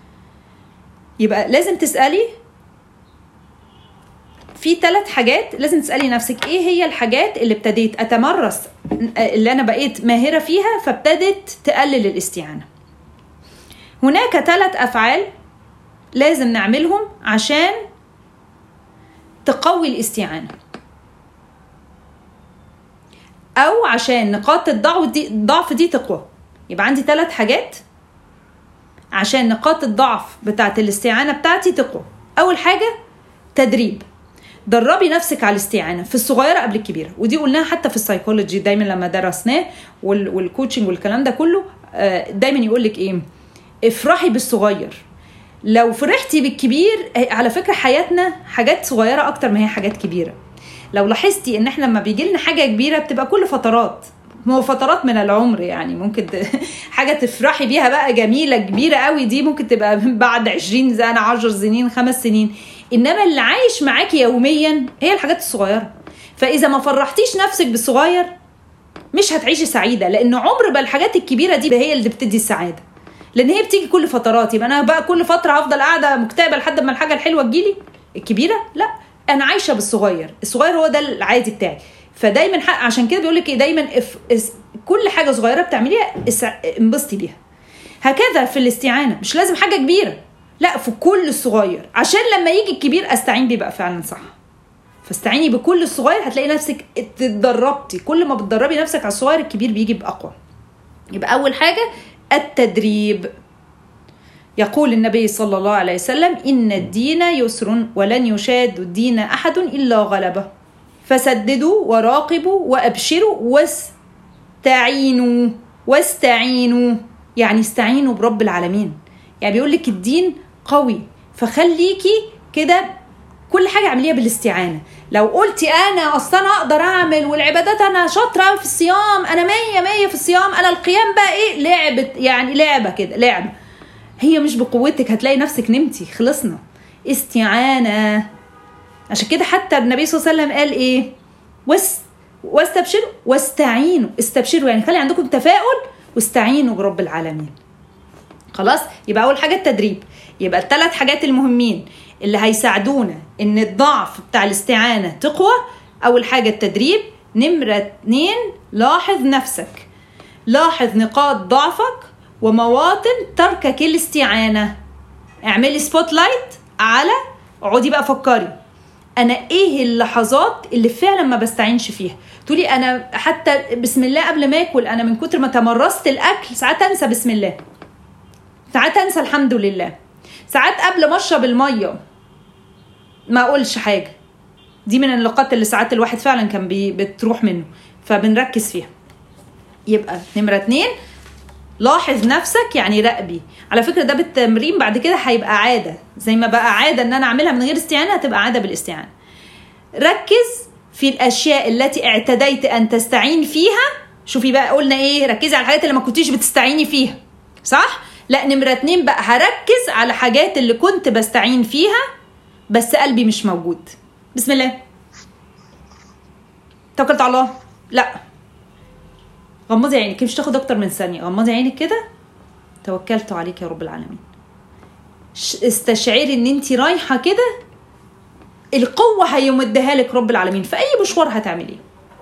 يبقى لازم تسالي في ثلاث حاجات. لازم تسالي نفسك ايه هي الحاجات اللي ابتديت اتمرس، اللي انا بقيت ماهره فيها فابتدت تقلل الاستعانه. هناك ثلاث افعال لازم نعملهم عشان تقوي الاستعانه، او عشان نقاط الضعف دي الضعف دي تقوى. يبقى عندي ثلاث حاجات عشان نقاط الضعف بتاعت الاستعانه بتاعتي تقوى. اول حاجه تدريب. دربي نفسك على الاستعانه في الصغيره قبل الكبيره، ودي قلناها حتى في السايكولوجي دايما لما درسناه والكوتشنج والكلام ده كله. دايما يقول لك ايه؟ افرحي بالصغير. لو فرحتي بالكبير، على فكره حياتنا حاجات صغيره اكتر ما هي حاجات كبيره. لو لاحظتي ان احنا لما بيجي لنا حاجه كبيره بتبقى كل فترات، هو فترات من العمر. يعني ممكن حاجه تفرحي بيها بقى جميله كبيره قوي، دي ممكن تبقى بعد عشرين سنه، عشر سنين، خمس سنين. انما اللي عايش معاكي يوميا هي الحاجات الصغيره. فاذا ما فرحتيش نفسك بالصغير مش هتعيشي سعيده، لان عمر بقى الحاجات الكبيره دي هي اللي بتدي السعاده، لان هي بتيجي كل فترات. يبقى انا بقى كل فتره هفضل قاعده مكتئبه لحد ما الحاجه الحلوه تجيلي الكبيره؟ لا، انا عايشه بالصغير. الصغير هو ده العادي بتاعي. فدايما حق عشان كده بيقول لك ايه دايما اف اس كل حاجه صغيره بتعمليها انبسطي بيها. هكذا في الاستعانه، مش لازم حاجه كبيره، لا، في كل الصغير، عشان لما يجي الكبير استعين بيه بقى فعلا صح. فاستعيني بكل الصغير، هتلاقي نفسك اتدربتي. كل ما بتدربي نفسك على الصغير الكبير بيجي باقوى. يبقى اول حاجه التدريب. يقول النبي صلى الله عليه وسلم: إن الدين يسر ولن يشاد الدين أحد إلا غلبه، فسددوا وراقبوا وأبشروا واستعينوا. واستعينوا يعني استعينوا برب العالمين. يعني بيقول لك الدين قوي، فخليكي كده كل حاجة عمليها بالاستعانة. لو قلتي أنا أصلا أقدر أعمل والعبادات أنا شاطرة في الصيام، أنا مية مية في الصيام، أنا القيام بقى إيه لعبة، يعني لعبة كده لعبة، هي مش بقوتك، هتلاقي نفسك نمتي. خلصنا. استعانة. عشان كده حتى النبي صلى الله عليه وسلم قال ايه؟ واس واستبشروا واستعينوا. استبشروا يعني خلي عندكم تفاؤل، واستعينوا برب العالمين. خلاص. يبقى اول حاجه التدريب. يبقى الثلاث حاجات المهمين اللي هيساعدونا ان الضعف بتاع الاستعانه تقوى. اول حاجه التدريب. نمره اتنين لاحظ نفسك، لاحظ نقاط ضعفك ومواطن تركك الاستعانه. اعملي سبوت لايت على، اقعدي بقى فكري انا ايه اللحظات اللي فعلا ما بستعينش فيها. تقولي انا حتى بسم الله قبل ما اكل، انا من كتر ما تمرست الاكل ساعات انسى بسم الله، ساعات انسى الحمد لله، ساعات قبل ما اشرب الميه ما اقولش حاجه. دي من النقاط اللي ساعات الواحد فعلا كان بتروح منه، فبنركز فيها. يبقى نمره اتنين لاحظ نفسك، يعني راقبي. على فكره ده بالتمرين بعد كده هيبقى عاده، زي ما بقى عاده ان انا اعملها من غير استعانه هتبقى عاده بالاستعانه. ركز في الاشياء التي اعتديت ان تستعين فيها. شوفي بقى قلنا ايه، ركزي على الحاجات اللي ما كنتيش بتستعيني فيها، صح؟ لا، نمره اتنين بقى هركز على حاجات اللي كنت بستعين فيها بس قلبي مش موجود. بسم الله، توكلت على الله. لا، غمضي عينك، مش تاخد اكتر من ثانيه. غمضي عينك كده، توكلت عليك يا رب العالمين. استشعري ان انت رايحه كده، القوه هيمدها لك رب العالمين في اي مشوار هتعمليه.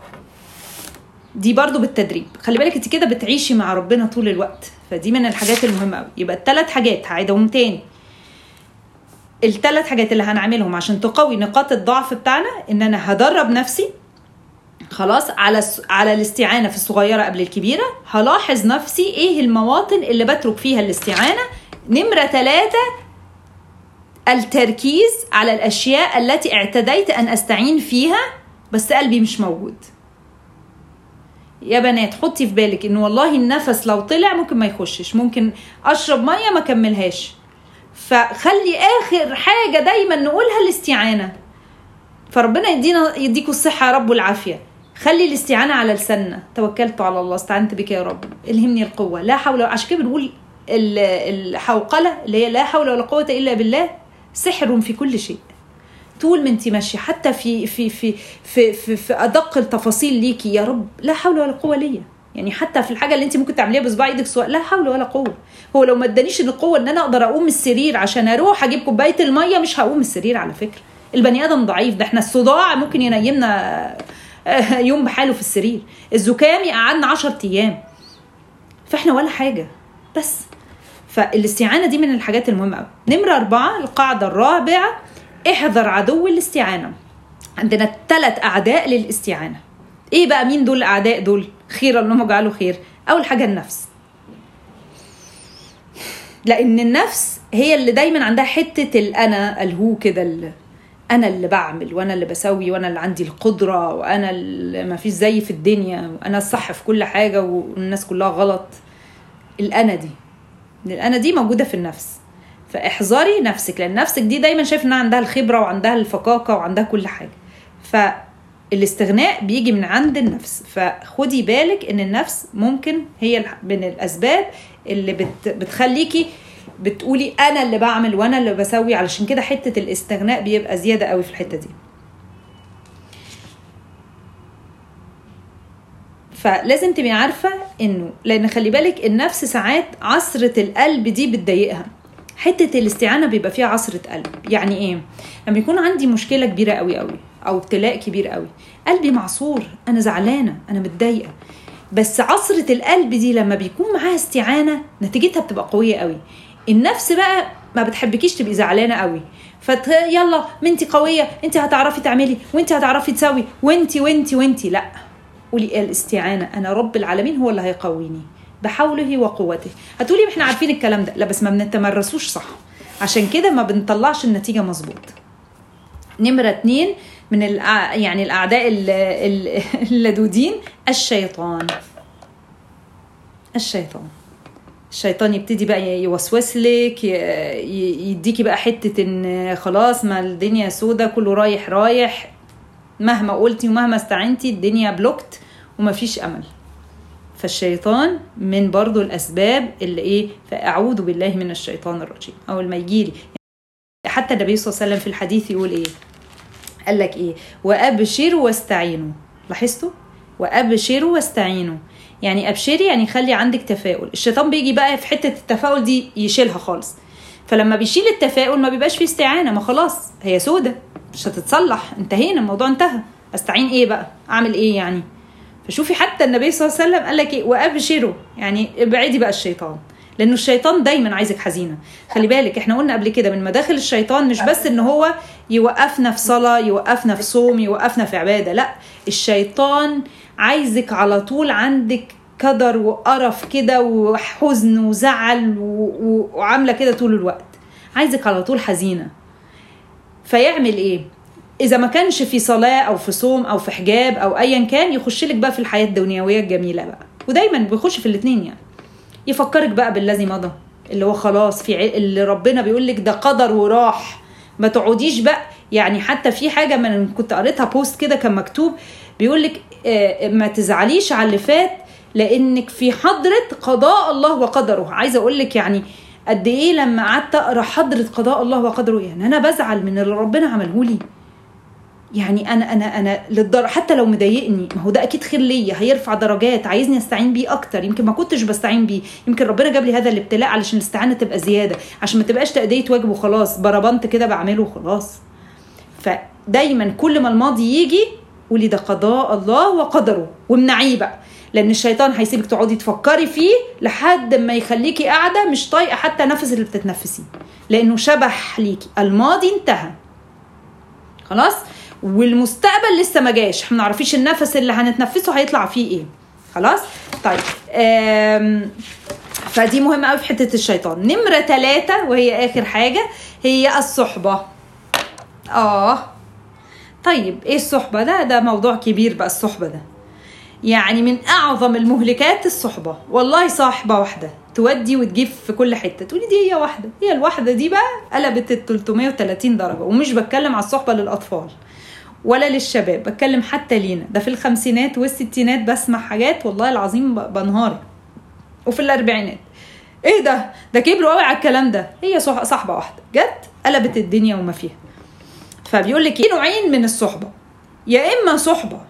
دي برضو بالتدريب. خلي بالك انت كده بتعيشي مع ربنا طول الوقت، فدي من الحاجات المهمه قوي. يبقى الثلاث حاجات هعيدهم تاني. الثلاث حاجات اللي هنعملهم عشان تقوي نقاط الضعف بتاعنا، ان انا هدرب نفسي خلاص على على الاستعانه في الصغيره قبل الكبيره. هلاحظ نفسي ايه المواطن اللي بترك فيها الاستعانه. نمره ثلاثة التركيز على الاشياء التي اعتديت ان استعين فيها بس قلبي مش موجود. يا بنات حطي في بالك ان والله النفس لو طلع ممكن ما يخشش، ممكن اشرب ميه ما كملهاش، فخلي اخر حاجه دايما نقولها الاستعانه. فربنا يدينا يديكوا الصحه يا رب والعافيه. خلي الاستعانه على لساننا. توكلت على الله، استعنت بك يا رب، الهمني القوه، لا حول. عشان كده بنقول الحوقله اللي هي لا حول ولا قوه الا بالله سحر في كل شيء. طول ما انت ماشيه حتى في في في في في, في ادق التفاصيل ليكي، يا رب لا حول ولا قوه ليا. يعني حتى في الحاجه اللي انت ممكن تعمليها بصباع ايدك سواء، لا حول ولا قوه. هو لو ما ادانيش القوه ان انا اقدر اقوم من السرير عشان اروح اجيب كوبايه الميه، مش هقوم من السرير. على فكره البني ادم ضعيف، ده احنا الصداع ممكن ينيمنا يوم بحاله في السرير، الزكام يقعدنا عشر ايام، فاحنا ولا حاجه. بس فالاستعانه دي من الحاجات المهمه قوي. نمره أربعة القاعده الرابعه احذر عدو الاستعانه. عندنا ثلاث اعداء للاستعانه. ايه بقى مين دول الاعداء دول؟ خير اللهم اجعله خير. اول حاجه النفس، لان النفس هي اللي دايما عندها حته الانا الهو كده، انا اللي بعمل وانا اللي بسوي وانا اللي عندي القدره وانا اللي ما فيش زي في الدنيا وانا الصح في كل حاجه والناس كلها غلط. الانا دي الانا دي موجوده في النفس، فاحذري نفسك، لان نفسك دي دايما شايف انها عندها الخبره وعندها الفقاقه وعندها كل حاجه. فالاستغناء بيجي من عند النفس، فخدي بالك ان النفس ممكن هي من الاسباب اللي بت بتخليكي بتقولي انا اللي بعمل وانا اللي بسوي. علشان كده حته الاستغناء بيبقى زياده قوي في الحته دي. فلازم تبقي عارفه انه، لان خلي بالك النفس ساعات عصره القلب دي بتضايقها. حته الاستعانه بيبقى فيها عصره قلب. يعني ايه؟ لما يكون عندي مشكله كبيره قوي قوي او ابتلاء كبير قوي، قلبي معصور، انا زعلانه، انا متضايقه، بس عصره القلب دي لما بيكون معاها استعانه نتيجتها بتبقى قويه قوي. النفس بقى ما بتحبكيش تبقي زعلانه قوي، فت يلا ما انت قويه، انت هتعرفي تعملي وانت هتعرفي تسوي وانت وانت وانت لا، قولي الاستعانه انا رب العالمين هو اللي هيقويني بحوله وقوته. هتقولي احنا عارفين الكلام ده، لا بس ما بنتمرسوش صح، عشان كده ما بنطلعش النتيجه مظبوط. نمره اتنين من الأع... يعني الاعداء اللدودين الشيطان. الشيطان الشيطان يبتدي بقى يوسوس لك، يديكي بقى حته ان خلاص ما الدنيا سودة، كله رايح رايح، مهما قلتي ومهما استعنتي الدنيا بلوكت ومفيش امل. فالشيطان من برضو الاسباب اللي ايه، فاعوذ بالله من الشيطان الرجيم. اول ما يجيلي، حتى النبي صلى الله عليه وسلم في الحديث يقول ايه، قال لك ايه، وابشروا واستعينوا. لاحظتوا؟ وابشروا واستعينوا، يعني ابشري يعني خلي عندك تفاؤل. الشيطان بيجي بقى في حته التفاؤل دي يشيلها خالص، فلما بيشيل التفاؤل ما بيبقاش فيه استعانه، ما خلاص هي سودة مش هتتصلح، انتهينا، الموضوع انتهى، استعين ايه بقى، اعمل ايه يعني؟ فشوفي حتى النبي صلى الله عليه وسلم قال لك ايه، وابشروا، يعني ابعدي بقى الشيطان، لانه الشيطان دايما عايزك حزينه. خلي بالك احنا قلنا قبل كده من مداخل الشيطان مش بس ان هو يوقفنا في صلاه، يوقفنا في صوم، يوقفنا في عباده، لا، الشيطان عايزك على طول عندك كدر وقرف كده وحزن وزعل وعامله كده طول الوقت، عايزك على طول حزينه. فيعمل ايه؟ اذا ما كانش في صلاه او في صوم او في حجاب او ايا كان، يخش لك بقى في الحياه الدنيويه الجميله بقى، ودايما بيخش في الاثنين، يعني يفكرك بقى بالذي مضى، اللي هو خلاص في عل... اللي ربنا بيقول لك ده قدر وراح، ما تقعديش بقى. يعني حتى في حاجه من كنت قريتها بوست كده كان مكتوب بيقول لك آه ما تزعليش على اللي فات، لانك في حضره قضاء الله وقدره. عايزه اقول لك يعني قد ايه لما قعدت اقرا حضره قضاء الله وقدره، يعني انا بزعل من اللي ربنا عمله لي، يعني انا انا انا للدر... حتى لو مضايقني، ما هو ده اكيد خير ليا، هيرفع درجات، عايزني استعين بيه اكتر، يمكن ما كنتش بستعين بيه، يمكن ربنا جاب لي هذا الابتلاء علشان الاستعانه تبقى زياده، عشان ما تبقاش تأدية واجب وخلاص، بربنت كده بعمله وخلاص. فدايما كل ما الماضي يجي قولي ده قضاء الله وقدره، وامنعيه بقى، لان الشيطان هيسيبك تقعدي تفكري فيه لحد ما يخليكي قاعده مش طايقه حتى نفس اللي بتتنفسيه، لانه شبح ليكي. الماضي انتهى خلاص، والمستقبل لسه ما جاش، احنا ما نعرفيش النفس اللي هنتنفسه هيطلع فيه ايه. خلاص طيب، فدي مهمه قوي في حته الشيطان. نمره ثلاثة وهي اخر حاجه هي الصحبه. اه طيب ايه الصحبه ده؟ ده موضوع كبير بقى. الصحبه ده يعني من اعظم المهلكات الصحبه، والله صاحبه واحده تودي وتجيب في كل حته، تقولي دي هي واحده، هي الواحده دي بقى قلبت ال ثلاثمية وثلاثين درجه. ومش بتكلم على الصحبه للاطفال ولا للشباب، بتكلم حتى لينا، ده في الخمسينات والستينات بسمع حاجات والله العظيم بنهار، وفي الاربعينات ايه ده ده كبروا قوي على الكلام ده. هي صاحبه واحده جت قلبت الدنيا وما فيها. فبيقول لك ايه نوعين من الصحبه، يا اما صحبه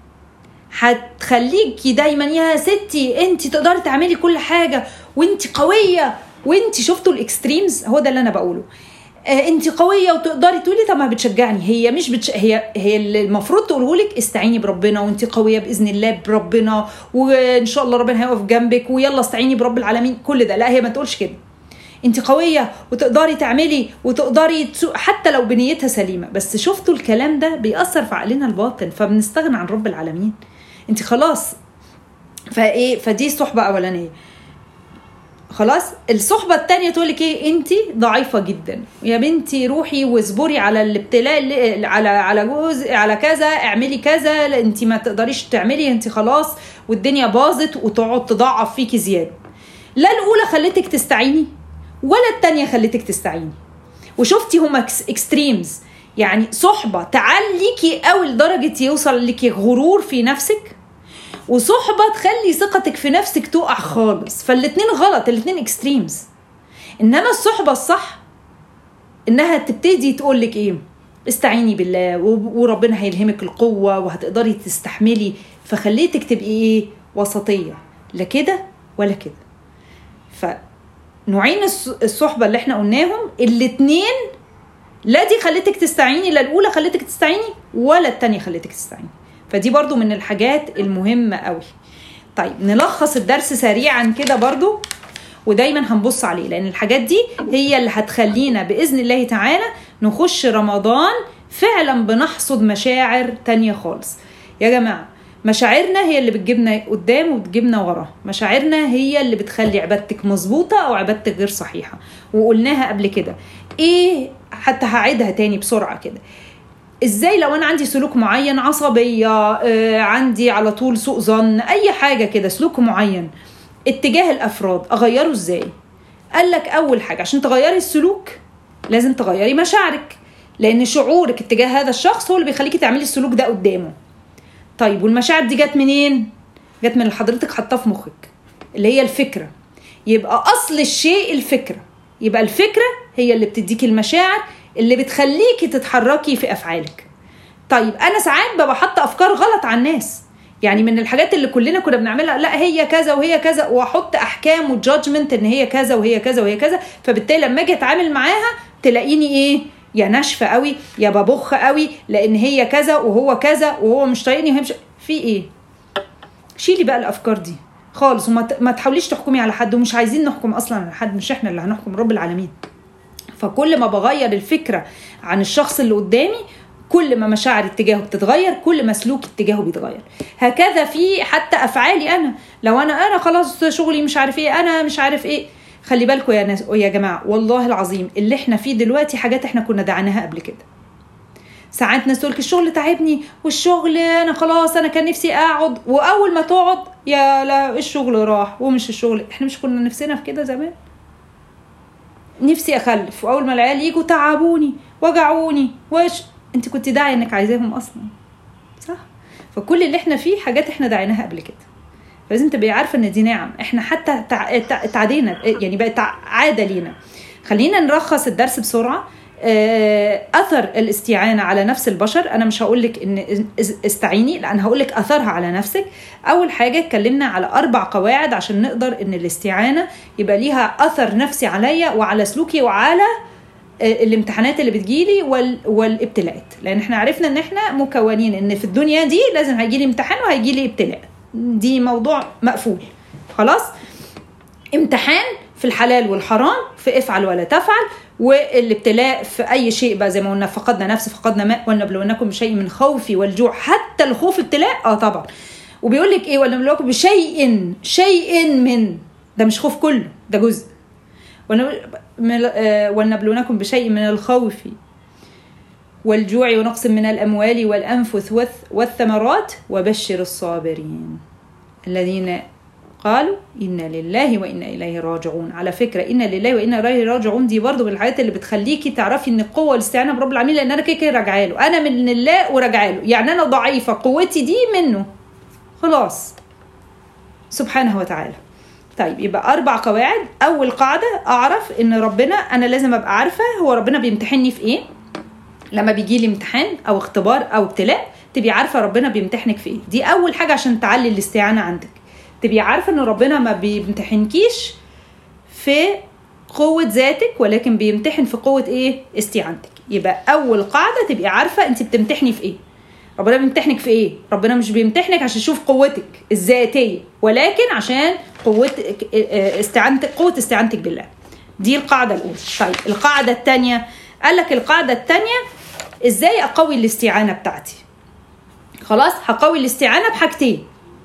هتخليكي دايما يا ستي انت تقدري تعملي كل حاجه وانت قويه، وانت شفتوا الاكستريمز، هو ده اللي انا بقوله، آه انت قويه وتقدري تقولي طب ما بتشجعني، هي مش بتش... هي هي اللي المفروض تقوله لك استعيني بربنا وانت قويه باذن الله بربنا، وان شاء الله ربنا هيقف جنبك، ويلا استعيني برب العالمين، كل ده. لا، هي ما تقولش كده، انت قويه وتقدري تعملي وتقدري تسوق حتى لو بنيتها سليمه. بس شفتوا الكلام ده بيأثر في عقلنا الباطن، فبنستغنى عن رب العالمين. انت خلاص فايه، فدي صحبه اولانيه. خلاص الصحبه الثانيه تقول لك ايه، انت ضعيفه جدا يا بنتي، روحي واصبري على الابتلاء، على على جوز، على كذا، اعملي كذا، انت ما تقدريش تعملي، انت خلاص والدنيا باظت، وتقعد تضعف فيكي زياده. لا الاولى خلتك تستعيني ولا الثانيه خلتك تستعيني. وشفتي هما اكستريمز، يعني صحبه تعليكي قوي لدرجه يوصل لك غرور في نفسك، وصحبه تخلي ثقتك في نفسك تقع خالص. فالاتنين غلط، الاتنين اكستريمز. انما الصحبه الصح انها تبتدي تقول لك ايه، استعيني بالله وربنا هيلهمك القوه وهتقدري تستحملي، فخليتك تبقي ايه، وسطيه، لا كده ولا كده. فنوعين الصحبه اللي احنا قلناهم، الاتنين لا دي خليتك تستعيني، لا الاولى خليتك تستعيني ولا الثانيه خليتك تستعيني. فدي برضو من الحاجات المهمه قوي. طيب نلخص الدرس سريعا كده برضو، ودايما هنبص عليه، لان الحاجات دي هي اللي هتخلينا باذن الله تعالى نخش رمضان فعلا بنحصد مشاعر تانية خالص. يا جماعه مشاعرنا هي اللي بتجيبنا قدام وبتجيبنا ورا، مشاعرنا هي اللي بتخلي عبادتك مظبوطه او عبادتك غير صحيحه. وقلناها قبل كده ايه، حتى هعيدها تاني بسرعه كده، ازاي لو انا عندي سلوك معين، عصبيه، آه، عندي على طول سوء ظن، اي حاجه كده، سلوك معين اتجاه الافراد، اغيره ازاي؟ قال لك اول حاجه عشان تغيري السلوك لازم تغيري مشاعرك، لان شعورك اتجاه هذا الشخص هو اللي بيخليكي تعملي السلوك ده قدامه. طيب والمشاعر دي جت منين؟ جت من اللي حضرتك حاطاه في مخك، اللي هي الفكره. يبقى اصل الشيء الفكره، يبقى الفكره هي اللي بتديكي المشاعر اللي بتخليكي تتحركي في افعالك. طيب انا ساعات ببقى حاطه افكار غلط عن الناس، يعني من الحاجات اللي كلنا كنا بنعملها، لا هي كذا وهي كذا، واحط احكام وجادجمنت ان هي كذا وهي كذا وهي كذا، فبالتالي لما اجي اتعامل معاها تلاقيني ايه، يا ناشفه قوي يا ببخ قوي، لان هي كذا وهو كذا وهو مش طايقني وهي مش في ايه. شيلي بقى الافكار دي خالص، وما ما تحاوليش تحكمي على حد، ومش عايزين نحكم اصلا على حد، مش احنا اللي هنحكم، رب العالمين. فكل ما بغير الفكره عن الشخص اللي قدامي كل ما مشاعري اتجاهه بتتغير، كل ما سلوكي اتجاهه بيتغير. هكذا في حتى افعالي انا، لو انا انا خلاص شغلي مش عارف ايه، انا مش عارف ايه، خلي بالكم يا ناس يا جماعه، والله العظيم اللي احنا فيه دلوقتي حاجات احنا كنا دعناها قبل كده. ساعات ناس تقول لك الشغل تعبني، والشغل انا خلاص انا كان نفسي اقعد، واول ما تقعد يا لا الشغل راح ومش الشغل. احنا مش كنا نفسنا في كده زمان؟ نفسي اخلف، واول ما العيال يجوا تعبوني وجعوني، وش انت كنت داعي انك عايزاهم اصلا، صح؟ فكل اللي احنا فيه حاجات احنا دعيناها قبل كده، لازم تبقي عارفه ان دي نعم احنا حتى تعدينا، يعني بقت عاده لينا. خلينا نلخص الدرس بسرعه. اثر الاستعانه على نفس البشر، انا مش هقول لك ان استعيني، لان هقول لك اثرها على نفسك. اول حاجه اتكلمنا على اربع قواعد عشان نقدر ان الاستعانه يبقى ليها اثر نفسي عليا وعلى سلوكي وعلى الامتحانات اللي بتجيلي والابتلاءات، لان احنا عرفنا ان احنا مكونين ان في الدنيا دي لازم هيجيلي امتحان وهيجيلي ابتلاء، دي موضوع مقفول خلاص. امتحان في الحلال والحرام، في افعل ولا تفعل، والابتلاء في اي شيء بقى، زي ما قلنا فقدنا نفس فقدنا ماء، ولنبلونكم بشيء من خوفي والجوع، حتى الخوف ابتلاء اه طبعا. وبيقول لك ايه، ولنبلونكم بشيء شيء من، ده مش خوف كله، ده جزء. ولنبلونكم بشيء من الخوف والجوع ونقص من الاموال والانفس والثمرات وبشر الصابرين الذين قالوا إنا لله وإنا إليه راجعون. على فكرة إنا لله وإنا إليه راجعون دي برضو من الحاجات اللي بتخليكي تعرفي إن القوة والاستعانة برب العالمين، لأن أنا كده كده راجعه له، أنا من الله وراجعه له، يعني أنا ضعيفة قوتي دي منه خلاص سبحانه وتعالى. طيب يبقى أربع قواعد. أول قاعدة أعرف إن ربنا، أنا لازم أبقى عارفة هو ربنا بيمتحني في إيه. لما بيجي لي امتحان أو اختبار أو ابتلاء تبقي عارفة ربنا بيمتحنك في إيه، دي أول حاجة عشان تعلي الاستعانة عندك. تبقي عارفة ان ربنا ما بيمتحنكيش في قوة ذاتك، ولكن بيمتحن في قوة ايه؟ استعانتك. يبقى اول قاعدة تبقي عارفة انت بتمتحني في ايه، ربنا بيمتحنك في ايه. ربنا مش بيمتحنك عشان يشوف قوتك الذاتية، ولكن عشان قوتك استعانتك، قوة استعانتك بالله. دي القاعدة الاولى. طيب القاعدة الثانية، قال لك القاعدة الثانية ازاي اقوي الاستعانة بتاعتي. خلاص هقوي الاستعانة بحاجتين،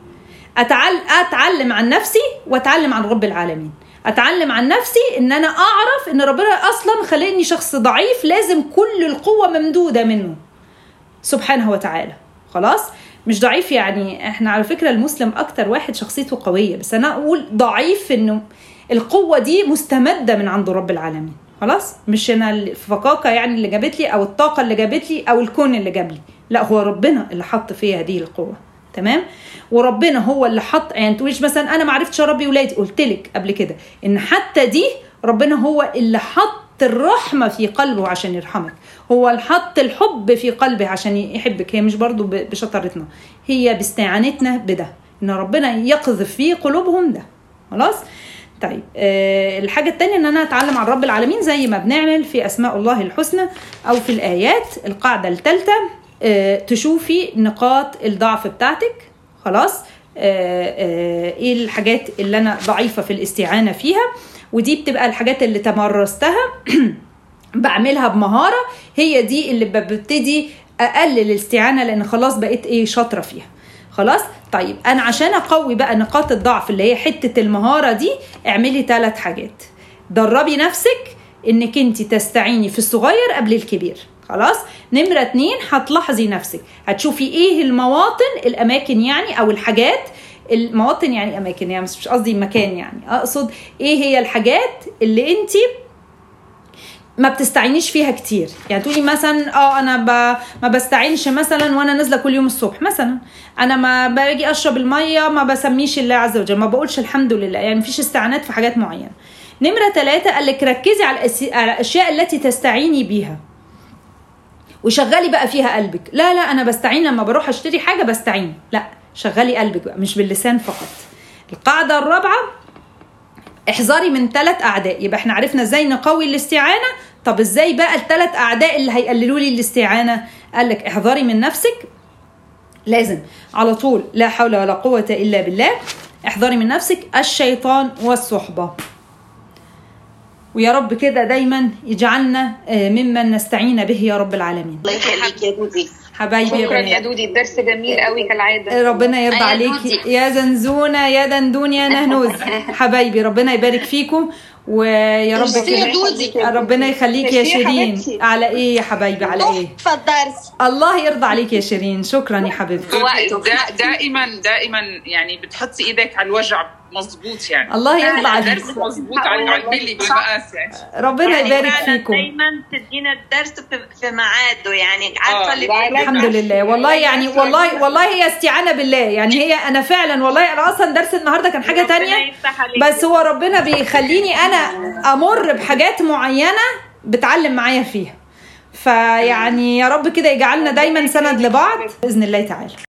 أتعلم عن نفسي وأتعلم عن رب العالمين. أتعلم عن نفسي إن أنا أعرف إن ربنا أصلا خلقني شخص ضعيف، لازم كل القوة ممدودة منه سبحانه وتعالى. خلاص مش ضعيف يعني، إحنا على فكرة المسلم أكتر واحد شخصيته قوية، بس أنا أقول ضعيف إنه القوة دي مستمدة من عند رب العالمين. خلاص مش أنا الفقاقة يعني اللي جابت لي، أو الطاقة اللي جابت لي، أو الكون اللي جاب لي، لا هو ربنا اللي حط فيها هذه القوة. تمام. وربنا هو اللي حط، يعني تقوليش مثلا انا ما عرفتش اربي ولادي، قلت لك قبل كده ان حتى دي ربنا هو اللي حط الرحمه في قلبه عشان يرحمك، هو اللي حط الحب في قلبه عشان يحبك. هي مش برضو بشطارتنا، هي باستعانتنا بده، ان ربنا يقذف في قلوبهم ده. خلاص. طيب أه الحاجه الثانيه ان انا اتعلم عن رب العالمين زي ما بنعمل في اسماء الله الحسنى او في الايات. القاعده الثالثه أه تشوفي نقاط الضعف بتاعتك. خلاص آه آه ايه الحاجات اللي انا ضعيفه في الاستعانه فيها، ودي بتبقى الحاجات اللي تمرستها بعملها بمهاره، هي دي اللي ببتدي اقلل الاستعانه لان خلاص بقيت ايه شاطره فيها. خلاص. طيب انا عشان اقوي بقى نقاط الضعف اللي هي حته المهاره دي، اعملي ثلاث حاجات. دربي نفسك انك انت تستعيني في الصغير قبل الكبير. خلاص. نمرة اتنين، هتلاحظي نفسك، هتشوفي ايه المواطن، الاماكن يعني، او الحاجات. المواطن يعني اماكن، يعني مش قصدي مكان، يعني اقصد ايه هي الحاجات اللي انت ما بتستعينيش فيها كتير. يعني تقولي مثلا اه انا ب... ما بستعينش مثلا وانا نازله كل يوم الصبح، مثلا انا ما باجي اشرب الميه ما بسميش الله عز وجل، ما بقولش الحمد لله، يعني مفيش استعانات في حاجات معينه. نمرة ثلاثة، قال لك ركزي على الاشياء التي تستعيني بيها وشغلي بقى فيها قلبك. لا لا انا بستعين لما بروح اشتري حاجه بستعين، لا شغلي قلبك بقى مش باللسان فقط. القاعدة الرابعة، احذري من ثلاث أعداء. يبقى احنا عرفنا ازاي نقوي الاستعانة. طب ازاي بقى الثلاث أعداء اللي هيقللوا لي الاستعانة؟ قالك احذري من نفسك، لازم على طول لا حول ولا قوة إلا بالله. احذري من نفسك، الشيطان والصحبة. ويا رب كده دايما يجعلنا ممن نستعين به يا رب العالمين. الله يخليك يا دودي حبايبي يا شكرا بنات. يا دودي، الدرس جميل قوي كالعاده. ربنا يرضى يا عليكي دودي. يا زنزونه يا دندون يا نهنوز. حبايبي ربنا يبارك فيكم ويا رب ميرسي يا كده. دودي. ربنا يخليك يا ميرسي يا شيرين. حبيبتي. على ايه يا حبايبي؟ على ايه؟ تحفة الدرس. الله يرضى عليك يا شيرين، شكرا يا حبيبتي. دا دائما دائما يعني بتحطي ايدك على الوجع مظبوط يعني. الله يرضى عليك. درس مظبوط على الملي بالمقاس يعني. ربنا يعني يبارك فعلاً فيكم. دايما تدينا الدرس في في ميعاده، يعني عارفه آه، اللي لا، لا، بيقول الحمد لله والله يعني والله والله هي استعانة بالله يعني. هي انا فعلا والله انا اصلا درس النهارده كان حاجة ربنا تانية، يفتح عليك. بس هو ربنا بيخليني انا امر بحاجات معينة بتعلم معايا فيها. فيعني يا رب كده يجعلنا دايما سند لبعض بإذن الله تعالى.